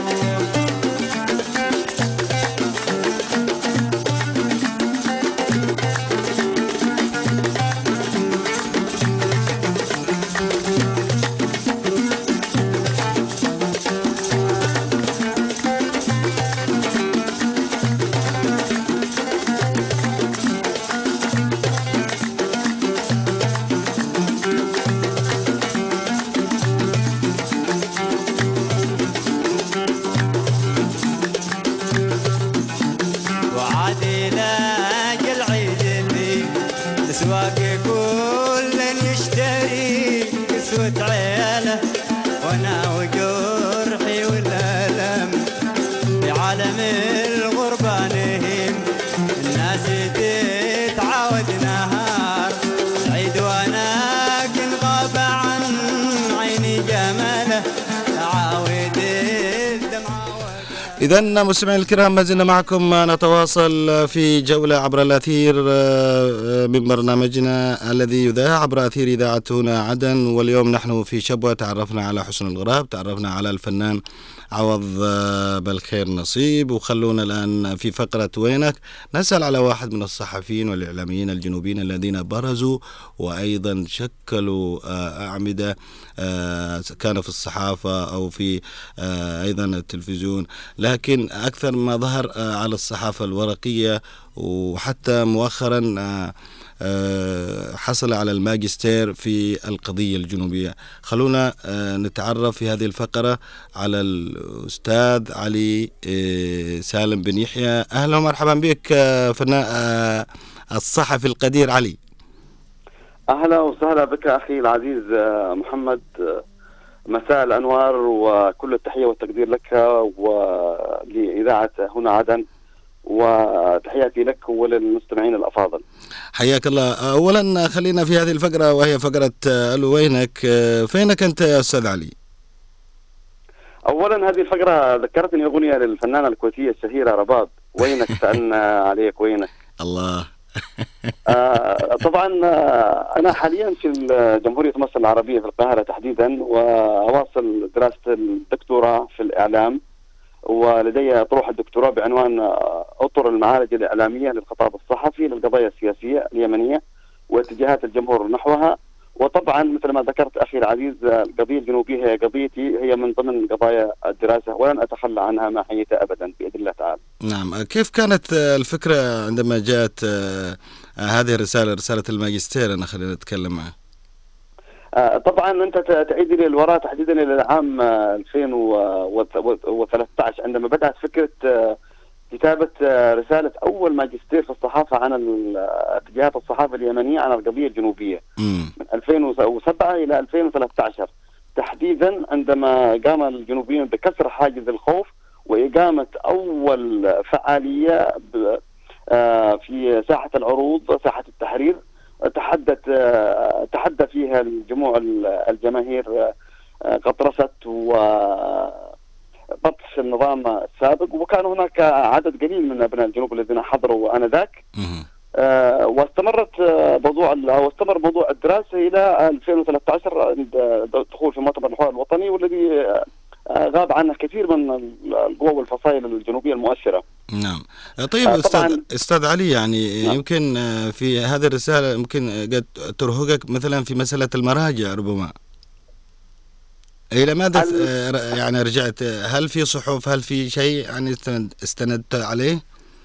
C: وعاد يلاقي العيد اللي الاسواق كل يشتري كسوة عياله. وانا وجرحي والالم بعالم الغربة نهيم. الناس تتعاود نهار سعيد وانا كن غاب عن عيني جماله عاود الدمعة.
A: إذا مستمعينا الكرام ما زلنا معكم نتواصل في جولة عبر الأثير من برنامجنا الذي يذاع عبر أثير إذاعة هنا عدن. واليوم نحن في شبوة تعرفنا على حسن الغراب، تعرفنا على الفنان عوض بالخير نصيب. وخلونا الآن في فقرة وينك نسأل على واحد من الصحفيين والإعلاميين الجنوبيين الذين برزوا وأيضا شكلوا أعمدة كان في الصحافة أو في أيضا التلفزيون، لكن أكثر ما ظهر على الصحافة الورقية. وحتى مؤخرا حصل على الماجستير في القضية الجنوبية. خلونا نتعرف في هذه الفقرة على الأستاذ علي سالم بن يحيى. أهلا ومرحبا بك فنان الصحفي القدير علي.
E: أهلا وسهلا بك أخي العزيز محمد، مساء الأنوار وكل التحية والتقدير لك ولإذاعة هنا عدن، وتحياتي لك وللمستمعين الأفاضل.
A: حياك الله. أولا خلينا في هذه الفقرة وهي فقرة وينك. فينك أنت يا أستاذ علي؟
E: أولا هذه الفقرة ذكرتني أغنية للفنانة الكويتية الشهيرة رباب، وينك سألنا عليك وينك. الله. طبعا أنا حاليا في جمهورية مصر العربية في القاهرة تحديدا، وأواصل دراسة الدكتوراه في الإعلام، ولدي طروح الدكتوراه بعنوان أطر المعالج الإعلامية للخطاب الصحفي للقضايا السياسية اليمنية واتجاهات الجمهور نحوها. وطبعا مثل ما ذكرت أخي العزيز القضية الجنوبية هي قضيتي، هي من ضمن قضايا الدراسة ولن أتخلى عنها ما حييت أبدا بإذن الله تعالى.
A: نعم. كيف كانت الفكرة عندما جاءت هذه الرسالة، رسالة الماجستير؟ أنا خلينا نتكلم معه.
E: طبعا أنت تعيد لي الوراء تحديدا إلى العام 2013 عندما بدأت فكرة كتابة رسالة أول ماجستير في الصحافة عن اتجاهات الصحافة اليمنية عن القضية الجنوبية من 2007 إلى 2013 تحديدا، عندما قام الجنوبيين بكسر حاجز الخوف وإقامة أول فعالية في ساحة العروض، ساحة التحرير، تحدى فيها الجموع الجماهير غطرسة وبطش النظام السابق، وكان هناك عدد قليل من أبناء الجنوب الذين حضروا آنذاك. واستمر موضوع الدراسة إلى 2013 الدخول في مؤتمر الحوار الوطني، والذي غاب عنه كثير من القوى والفصائل الجنوبية المؤثرة.
A: نعم. طيب أستاذ علي، يعني نعم. يمكن في هذه الرسالة يمكن قد ترهقك مثلا في مسألة المراجع، ربما إلى ماذا يعني رجعت؟ هل في صحف، هل في شيء يعني استندت عليه؟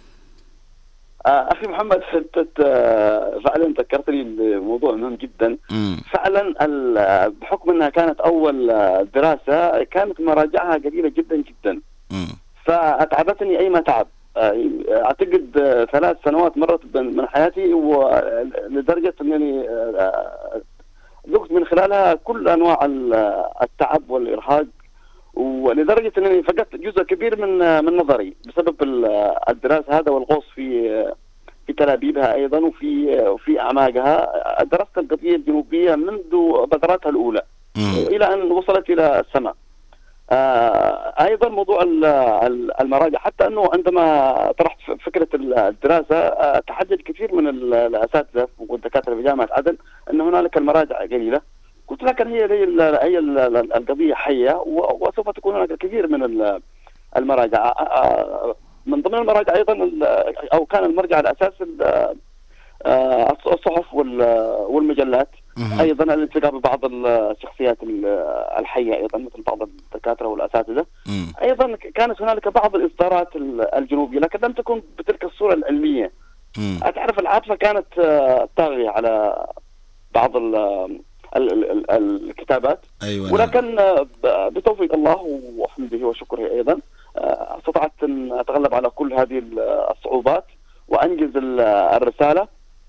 E: أخي محمد، فعلا ذكرتني بموضوع مهم جدا. فعلا بحكم أنها كانت أول دراسة كانت مراجعها قليلة جدا جدا، فأتعبتني أي ما تعب. أعتقد 3 سنوات مرت من حياتي، ولدرجة أنني ذقت من خلالها كل أنواع التعب والإرهاق، ولدرجة أنني فقدت جزء كبير من نظري بسبب الدراسة هذا والغوص في تلابيبها أيضا وفي أعماقها. درست القضية الجنوبية منذ بذراتها الأولى إلى أن وصلت إلى السماء. أيضا موضوع المراجع، حتى أنه عندما طرحت فكرة الدراسة تحدث كثير من الأساتذة والدكاترة في جامعة عدن أن هنالك المراجع قليلة. قلت لكن هي القضية حية، وسوف تكون هناك كثير من المراجع. من ضمن المراجع أيضا أو كان المرجع الأساسي الصحف والمجلات، أيضا الالتقاء ببعض الشخصيات الحية أيضا مثل بعض الدكاترة والأساتذة. أيضا كانت هنالك بعض الإصدارات الجنوبية، لكن لم تكن بتلك الصورة العلمية. أتعرف العاطفة كانت طاغية على بعض الكتابات.
A: أيوة.
E: ولكن بتوفيق الله وحمده وشكره أيضا استطعت أن أتغلب على كل هذه الصعوبات وأنجز الرسالة،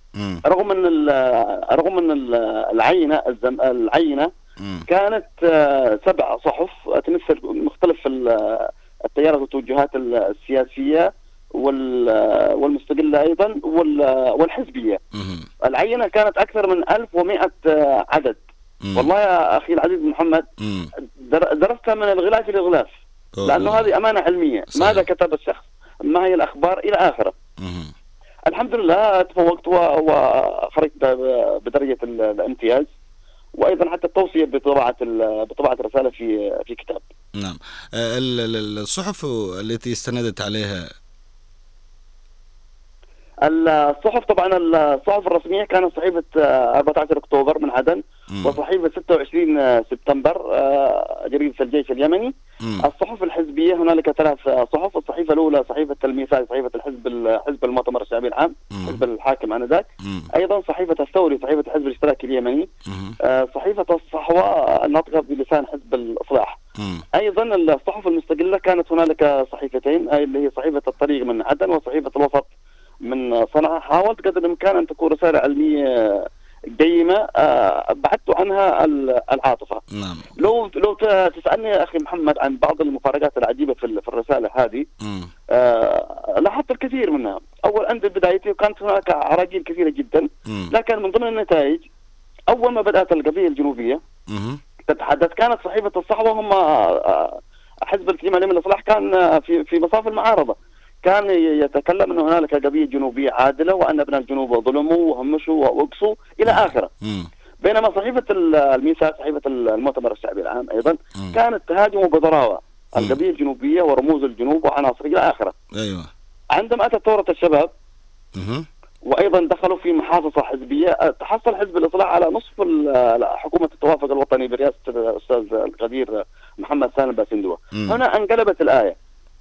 E: رغم أن العينة كانت 7 صحف تمثل مختلف التيارات والتوجهات السياسية والمستقلة أيضا والحزبية. العينة كانت أكثر من 1100 عدد. والله يا أخي العزيز محمد، درستها من الغلاف إلى الغلاف، لأنه هذه أمانة علمية. صحيح. ماذا كتب الشخص، ما هي الأخبار إلى آخره. الحمد لله تفوقت وخرجت بدرجة الامتياز، وأيضا حتى التوصية بطباعة الرسالة في كتاب.
A: نعم. الصحف التي استندت عليها،
E: الصحف طبعا الصحف الرسمية كانت صحيفة 14 أكتوبر من عدن، وصحيفة 26 سبتمبر جريدة الجيش اليمني. الصحف الحزبية هنالك 3 صحف. الصحيفة الأولى صحيفة الميثاق، صحيفة حزب المؤتمر الشعبي العام، حزب الحاكم آنذاك. أيضا صحيفة الثوري، صحيفة حزب الاشتراك اليمني. صحيفة الصحوة الناطقة بلسان حزب الإصلاح. أيضا الصحف المستقلة كانت هنالك صحيفتين، اللي هي صحيفة الطريق من عدن وصحيفة الوسط من صنعاء. حاولت قدر الإمكان أن تكون رسالة علمية قيمة، بعدت عنها العاطفة.
A: نعم.
E: لو تسألني يا أخي محمد عن بعض المفارقات العجيبة في الرسالة هذه، لاحظت الكثير منها. أول عند بدايتي كانت هناك عراقيل كثيرة جدا، لكن من ضمن النتائج أول ما بدأت القضية الجنوبية تتحدث، كانت صحيفة الصحوة هم حزب اليمني من الإصلاح كان في مصاف المعارضة، كان يتكلم أن هنالك قضية جنوبية عادلة، وأن ابناء الجنوب ظلموا وهمشوا وأقصوا إلى آخره. بينما صحيفة الميثاق، صحيفة المؤتمر الشعبي العام أيضا كانت تهاجم بضراوة القضية الجنوبية ورموز الجنوب وعناصر إلى آخره.
A: أيوة.
E: عندما أتت ثورة الشباب وأيضا دخلوا في محافظة حزبية، تحصل حزب الإصلاح على نصف حكومة التوافق الوطني برئاسة الأستاذ القدير محمد سالم باسندوة. هنا انقلبت الآية.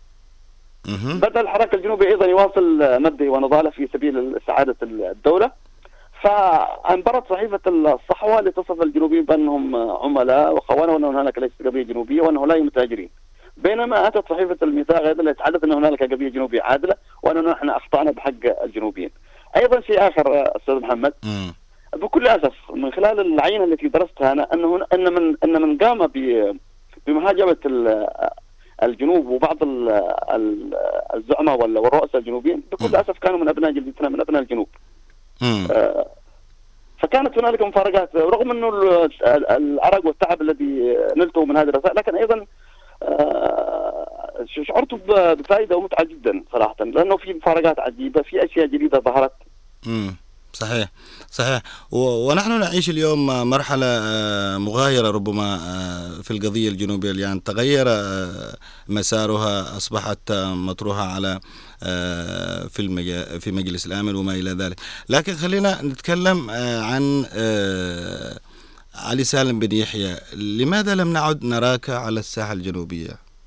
E: بدأ الحراك الجنوبي أيضا يواصل مده ونضاله في سبيل سعادة الدولة، فأنبرت صحيفة الصحوة لتصف الجنوبيين بأنهم عملاء وخونة، وأن هنالك ليست قضية جنوبية وأنه لا متاجرين. بينما أتت صحيفة الميثاق أيضا لتحدث أن هنالك قضية جنوبية عادلة، وأننا نحن أخطأنا بحق الجنوبيين. أيضا شيء آخر أستاذ محمد، بكل أسف من خلال العينة التي درستها أنا أن من قام بمهاجمة الجنوب وبعض الزعماء والرؤساء الجنوبيين بكل أسف كانوا من أبناء جلدتنا، من أبناء الجنوب. كانت هنالك مفارقات رغم انه العرق والتعب الذي نلته من هذه الرسائل، لكن ايضا شعرت بفائده ومتعه جدا صراحه، لانه في مفارقات عجيبه، في اشياء جديده ظهرت.
A: صحيح صحيح. ونحن نعيش اليوم مرحلة مغايرة ربما في القضية الجنوبية، يعني تغير مسارها، أصبحت مطروحة على في مجلس الأمن وما إلى ذلك. لكن خلينا نتكلم عن علي سالم بن يحيى. لماذا لم نعد نراك على الساحة الجنوبية؟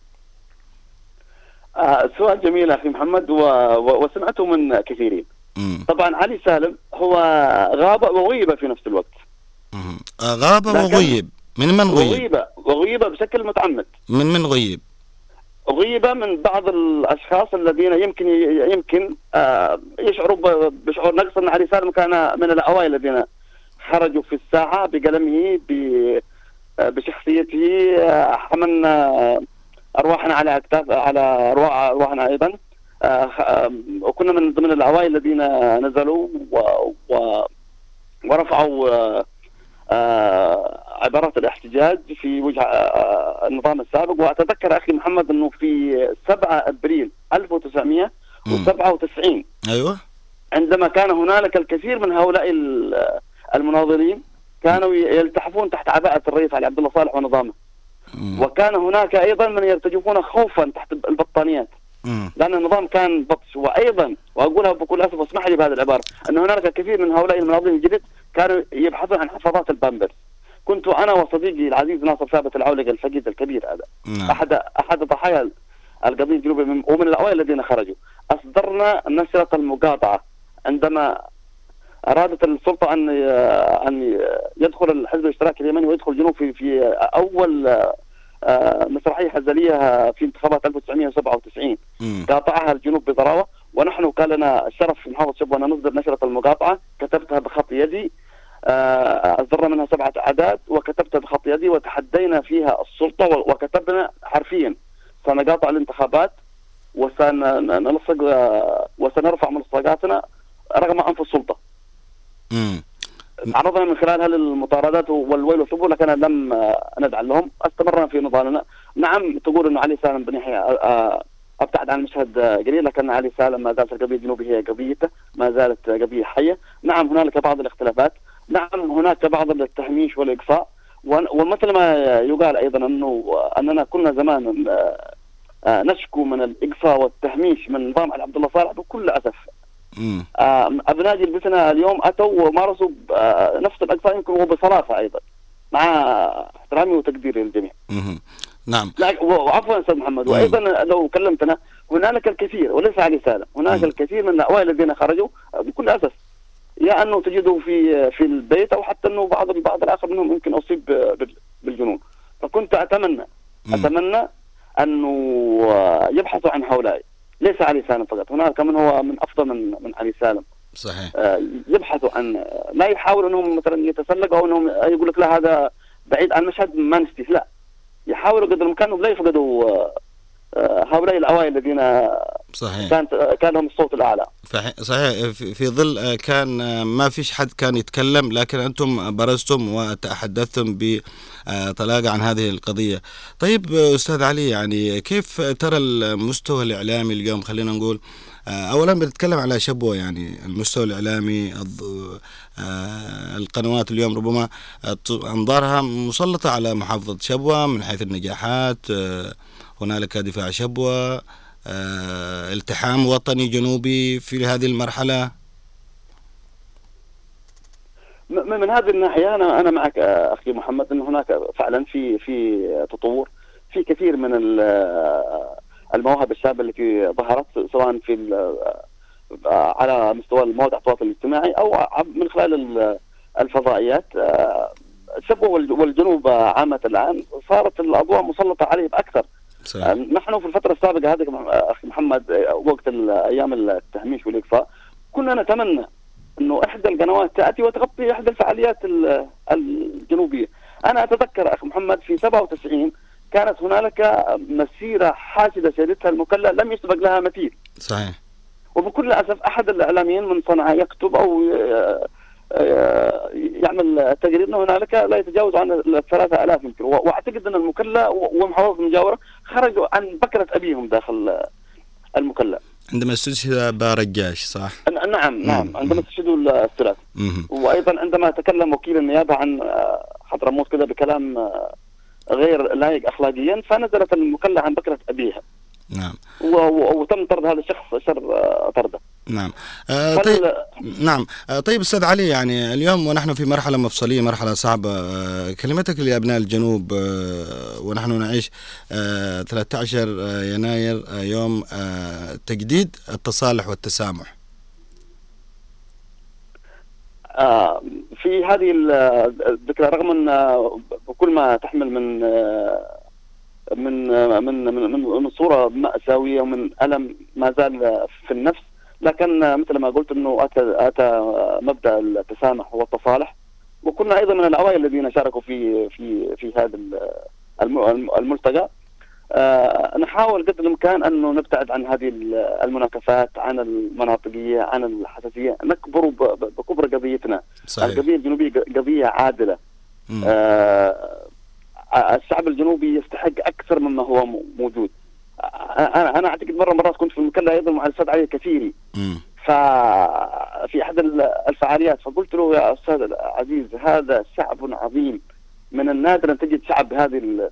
E: سؤال جميل أخي محمد، وسمعته من كثيرين. طبعا علي سالم هو غاب وغيب في نفس الوقت.
A: غاب وغيب. من غيب؟
E: وغيب بشكل متعمد.
A: من غيب؟
E: غيب من بعض الاشخاص الذين يمكن يشعروا بشعور نقص. ان علي سالم كان من الاوائل الذين خرجوا في الساحه بقلمه بشخصيته، حملنا ارواحنا على اكتاف، على ارواحنا ايضا، وكنا من ضمن الأوائل الذين نزلوا ورفعوا عبارات الاحتجاج في وجه النظام السابق. وأتذكر أخي محمد أنه في 7 أبريل 1997
A: أيوة،
E: عندما كان هنالك الكثير من هؤلاء المناضلين كانوا يلتحفون تحت عباءة الرئيس علي عبد الله صالح ونظامه، وكان هناك أيضا من يرتجفون خوفا تحت البطانيات، لأن النظام كان بطش. وأيضا وأقولها بكل أسف واسمح لي بهذه العبارة، أن هنالك الكثير من هؤلاء المناضلين الجدد كانوا يبحثون عن حفاظات البامبرز. كنت أنا وصديقي العزيز ناصر ثابت العولقة الفقيد الكبير هذا أحد ضحايا القضية الجنوبية ومن الأوائل الذين خرجوا، أصدرنا نشرة المقاطعة عندما أرادت السلطة أن يدخل الحزب الاشتراكي اليمني ويدخل الجنوب في أول مسرحية هزلية في انتخابات 1997. قاطعها الجنوب بضراوة، ونحن كان لنا الشرف في محافظة شبوة أن نصدر نشرة المقاطعة. كتبتها بخط يدي، أصدرنا منها 7 أعداد وكتبتها بخط يدي، وتحدينا فيها السلطة وكتبنا حرفيا: سنقاطع الانتخابات وسنلصق وسنرفع ملصقاتنا رغم أنف السلطة. عرضنا من خلالها للمطاردات والويل والثبور، لكن لم ندعم لهم، استمرنا في نضالنا. نعم، تقول انه علي سالم بن يحيى ابتعد عن المشهد قليل، لكن علي سالم ما زالت القضيه الجنوبيه هي قضيته، ما زالت قضيه حيه. نعم هنالك بعض الاختلافات، نعم هناك بعض التهميش والاقصاء، ومثل ما يقال ايضا اننا كنا زمان نشكو من الاقصاء والتهميش من نظام علي عبد الله صالح بكل اسف. أبناء جلبتنا اليوم أتوا ومارسوا نفس الأقصاء يمكن وبصلافة أيضا، مع احترامي وتقديري للجميع.
A: نعم.
E: وعفوا أستاذ محمد، وأيضا لو كلمتنا هنالك الكثير وليس علي سالم، هنالك الكثير من الأوائل الذين خرجوا بكل أسف، يا أنه تجده في البيت أو حتى أنه البعض الآخر منهم يمكن أصيب بالجنون. فكنت أتمنى أنه يبحثوا عن هؤلاء، ليس علي سالم فقط، هناك من هو من أفضل من علي سالم.
A: صحيح.
E: يبحثوا عن، لا يحاولوا أنهم مثلا يتسلقوا أو أنهم يقول لك لا هذا بعيد عن المشهد ما نستيه، لا، يحاولوا قدر الإمكان لا يفقدوا هؤلاء الأوائل الذين
A: صحيح
E: كان لهم الصوت الأعلى.
A: صحيح. في ظل كان ما فيش حد كان يتكلم، لكن أنتم برزتم وتحدثتم بطلاقة عن هذه القضية. طيب أستاذ علي، يعني كيف ترى المستوى الإعلامي اليوم؟ خلينا نقول أولا بنتكلم على شبوة، يعني المستوى الإعلامي، القنوات اليوم ربما أنظارها مسلطة على محافظة شبوة من حيث النجاحات، هنالك دفاع شبوة، التحام وطني جنوبي في هذه المرحلة.
E: من هذه الناحية أنا معك أخي محمد، أن هناك فعلا في تطور في كثير من المواهب الشابة التي ظهرت، سواء على مستوى مواقع التواصل الاجتماعي أو من خلال الفضائيات. شبوة والجنوب عامة الآن صارت الأضواء مسلطة عليه بأكثر.
A: صحيح.
E: نحن في الفترة السابقة هذه أخي محمد، وقت أيام التهميش والإقصاء، كنا نتمنى أنه إحدى القنوات تأتي وتغطي إحدى الفعاليات الجنوبية. أنا أتذكر أخي محمد في 97 كانت هنالك مسيرة حاشدة شهدتها المكلا لم يسبق لها مثيل.
A: صحيح.
E: وبكل أسف أحد الإعلاميين من صنعاء يكتب أو يعمل تقرير أنه هنالك لا يتجاوز عن 3000 يمكن، وأعتقد أن المكلا ومحافظة المجاورة خرجوا عن بكرة أبيهم داخل المكلا
A: عندما استشهد بارجاش، صح؟
E: نعم عندما استشهدوا الثلاث. وأيضا عندما تكلم وكيل النيابة عن حضرموت كذا بكلام غير لائق أخلاقيا، فنزلت المكلا عن بكرة أبيها.
A: نعم.
E: وتم طرد هذا الشخص شر طرده.
A: نعم. طيب. نعم. طيب أستاذ علي، يعني اليوم ونحن في مرحلة مفصلية، مرحلة صعبة، كلمتك لأبناء الجنوب ونحن نعيش 13 يناير يوم تجديد التصالح والتسامح.
E: في هذه الذكرى رغم أن بكل ما تحمل من صورة مأساوية ومن ألم ما زال في النفس، لكن مثل ما قلت أنه أتى مبدأ التسامح والتصالح، وكنا أيضا من الأوائل الذين شاركوا في هذا الملتقى. نحاول قدر الإمكان أنه نبتعد عن هذه المناكفات، عن المناطقية، عن الحساسية، نكبر بكبر قضيتنا. صحيح. القضية الجنوبية قضية عادلة. الشعب الجنوبي يستحق أكثر مما هو موجود. أنا أعتقد مرات كنت في المكلا أيضا مع الأستاذ علي الكثيري في أحد الفعاليات، فقلت له يا أستاذ عزيز، هذا شعب عظيم، من النادر أن تجد شعب بهذه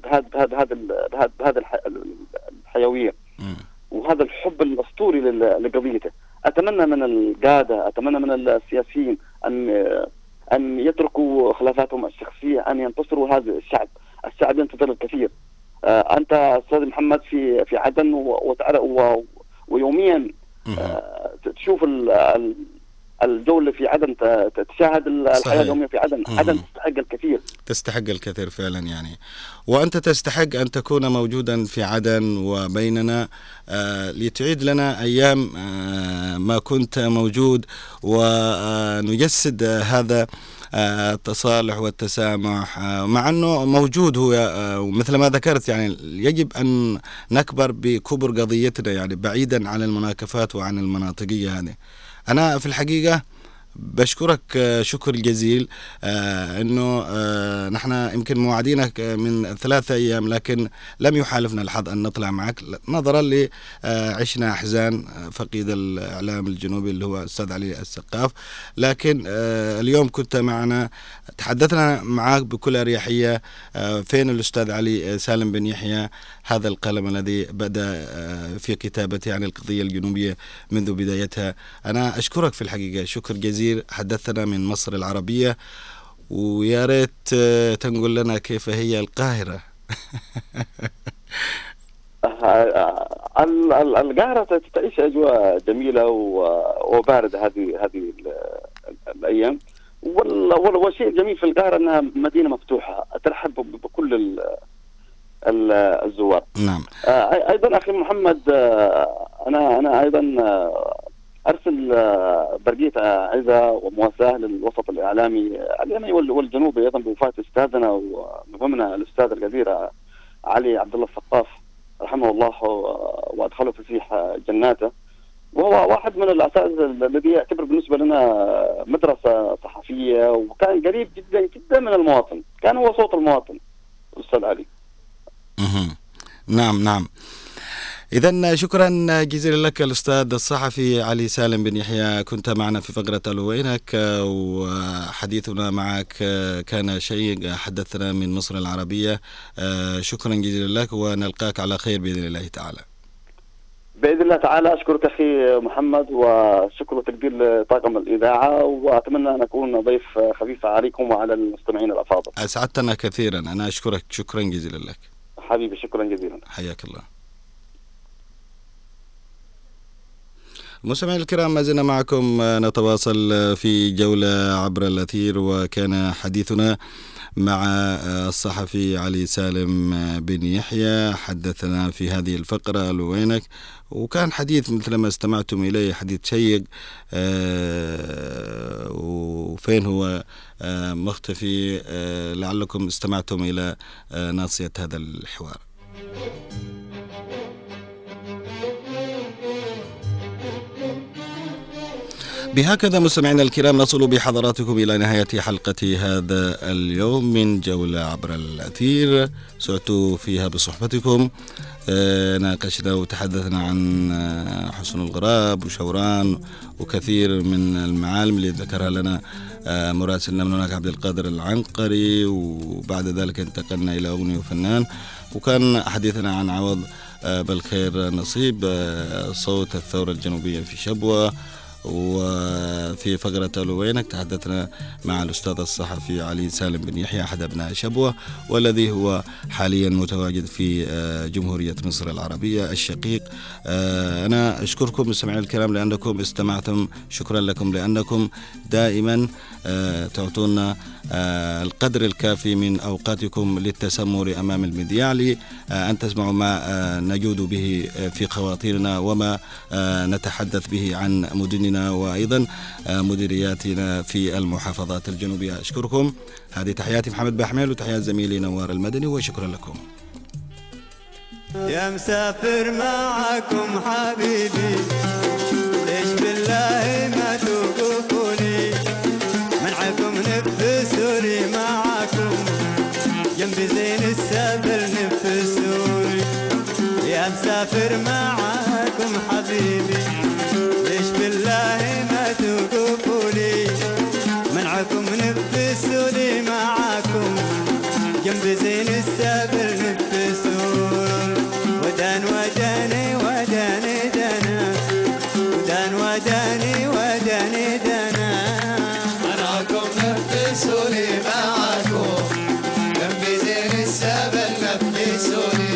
E: الحيوية وهذا الحب الأسطوري لقضيته. أتمنى من القادة، أتمنى من السياسيين أن يتركوا خلافاتهم الشخصية، أن ينتصروا هذا الشعب. الشعب ينتظر الكثير. أنت أستاذ محمد في عدن ويوميا تشوف الجولة في عدن، تشاهد الحياة اليومية في عدن. عدن تستحق الكثير
A: فعلا يعني، وأنت تستحق أن تكون موجودا في عدن وبيننا لتعيد لنا أيام ما كنت موجود، ونجسد هذا التصالح والتسامح، مع أنه موجود هو، ومثل ما ذكرت يعني يجب أن نكبر بكبر قضيتنا، يعني بعيدا عن المناكفات وعن المناطقية هذه. أنا في الحقيقة بشكرك شكر جزيل أنه نحن يمكن موعدينك من 3 أيام، لكن لم يحالفنا الحظ أن نطلع معك نظرا لعشنا أحزان فقيد الإعلام الجنوبي اللي هو أستاذ علي السقاف. لكن اليوم كنت معنا، تحدثنا معك بكل أريحية. فين الأستاذ علي سالم بن يحيى، هذا القلم الذي بدأ في كتابته عن القضية الجنوبية منذ بدايتها. أنا أشكرك في الحقيقة شكر جزيل. حدثنا من مصر العربية، ويا ريت تنقل لنا كيف هي القاهرة.
E: القاهرة تعيش أجواء جميلة وباردة هذه الأيام، والشيء الجميل في القاهرة أنها مدينة مفتوحة ترحب بكل الزوار.
A: نعم.
E: أيضا أخي محمد، أنا أيضا أرسل برقية عزة ومواساة للوسط الإعلامي اليمني والجنوبي أيضا بوفاة أستاذنا ومهمنا الأستاذ القدير علي عبد الله السقاف رحمه الله وأدخله فسيح جناته، وهو واحد من الأساتذة الذي يعتبر بالنسبة لنا مدرسة صحفية، وكان قريب جدا جدا من المواطن، كان هو صوت المواطن الأستاذ علي.
A: نعم. إذن شكرا جزيلا لك الأستاذ الصحفي علي سالم بن يحيى، كنت معنا في فقرة وينك، وحديثنا معك كان شيق، حدثنا من مصر العربية. شكرا جزيلا لك، ونلقاك على خير بإذن الله تعالى.
E: بإذن الله تعالى. أشكرك أخي محمد، وشكر وتقدير لطاقم الإذاعة، وأتمنى أن أكون ضيف خفيف عليكم وعلى المستمعين الأفاضل.
A: أسعدتنا كثيرا، أنا أشكرك شكرا جزيلا لك
E: حبيبي. شكرا جزيلا،
A: حياك الله. مستمعينا الكرام، ما زلنا معكم نتواصل في جولة عبر الأثير، وكان حديثنا مع الصحفي علي سالم بن يحيى. حدثنا في هذه الفقرة لوينك، وكان حديث مثل ما استمعتم إليه حديث شيق. وفين هو مختفي، لعلكم استمعتم إلى ناصية هذا الحوار. بهكذا مستمعينا الكرام نصل بحضراتكم إلى نهاية حلقة هذا اليوم من جولة عبر الأثير، سعدت فيها بصحبتكم. ناقشنا وتحدثنا عن حسن الغراب وشوران وكثير من المعالم اللي ذكرها لنا مراسلنا من هناك عبد القادر العنقري، وبعد ذلك انتقلنا إلى أغنية وفنان، وكان حديثنا عن عوض بالخير نصيب صوت الثورة الجنوبية في شبوة. وفي فقرة وينك تحدثنا مع الأستاذ الصحفي علي سالم بن يحيى أحد أبناء شبوة، والذي هو حاليا متواجد في جمهورية مصر العربية الشقيق. أنا أشكركم مستمعي الكرام لأنكم استمعتم، شكرا لكم لأنكم دائما تعطونا القدر الكافي من أوقاتكم للتسمر أمام المذياع، أن تسمعوا ما نجود به في خواطرنا وما نتحدث به عن مدننا وأيضا مديرياتنا في المحافظات الجنوبية. أشكركم. هذه تحياتي محمد بحميل وتحيات زميلي نوار المدني، وشكرا لكم.
C: يا مسافر معكم حبيبي، ليش بالله ما توقفوني؟ منعكم نفسوني معكم، جنبي زين السبل نفسوني. يا مسافر معكم حبيبي، ليش بالله ما توقفوني؟ منعكم نفسوني معكم، جنبي زين السبل نفسوني. ودان وداني وداني دنا، ودان وداني وداني دنا،
F: منعكم نفسوني معكم، جنبي زين السبل نفسوني.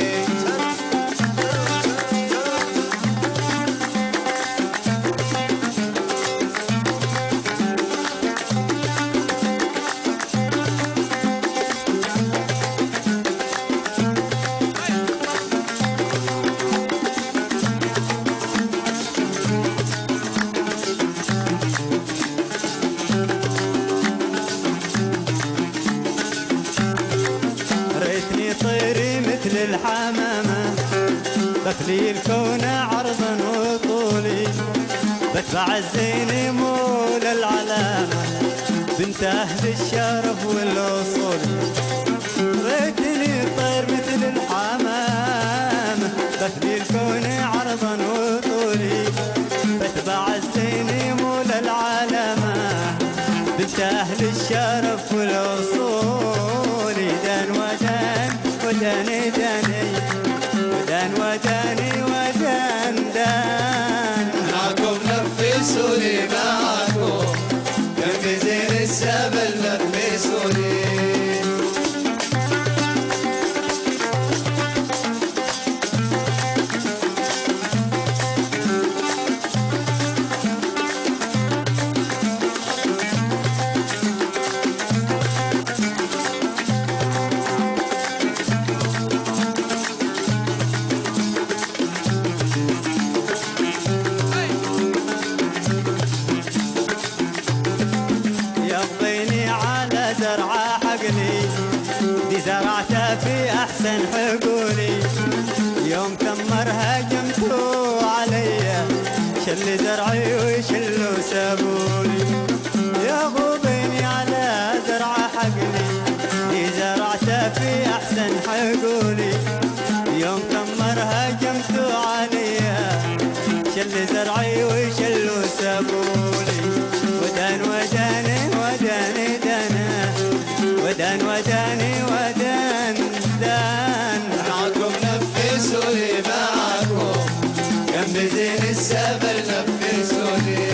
C: الحمامة بخلي الكون عرضا وطولي، بتبع الزين مول العلامة، بنت أهل الشرف والأصول. ريتني طير مثل الحمامة بخلي الكون عرضا وطولي، بتبع الزين مول العلامة، بنت أهل الشرف والأصول. دان ودان وداني داني، ودان وداني ودان دان،
F: منعكم نفسوني معكم، جنبي زين السبل نفسوني.
C: زرعتها في أحسن حقولي، يوم ثمر هجمتوا عليا، شل زرعي وشلوا سابولي. يا غوبيني على زرع حقلي، دي زرعتها في أحسن حقولي، يوم ثمر هجمتوا عليا، شل زرعي وشلوا سابولي. ودان وداني وداني دانا، ودان وداني ودان دان،
F: منعكم نفسوني معكم، جنبي زين السبل نفسوني.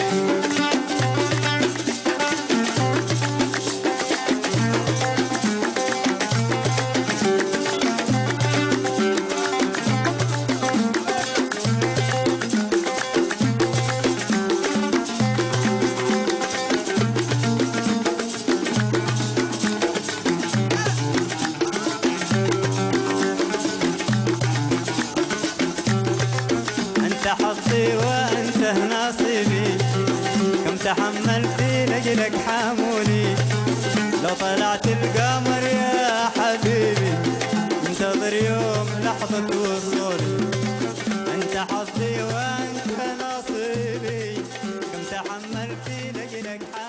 C: حظي وانت نصيبي، كم تحملت لجلك حمولي. لو طلعت القمر يا حبيبي، انتظر يوم لحظة وصولي. انت حظي وانت نصيبي، كم تحملت لجلك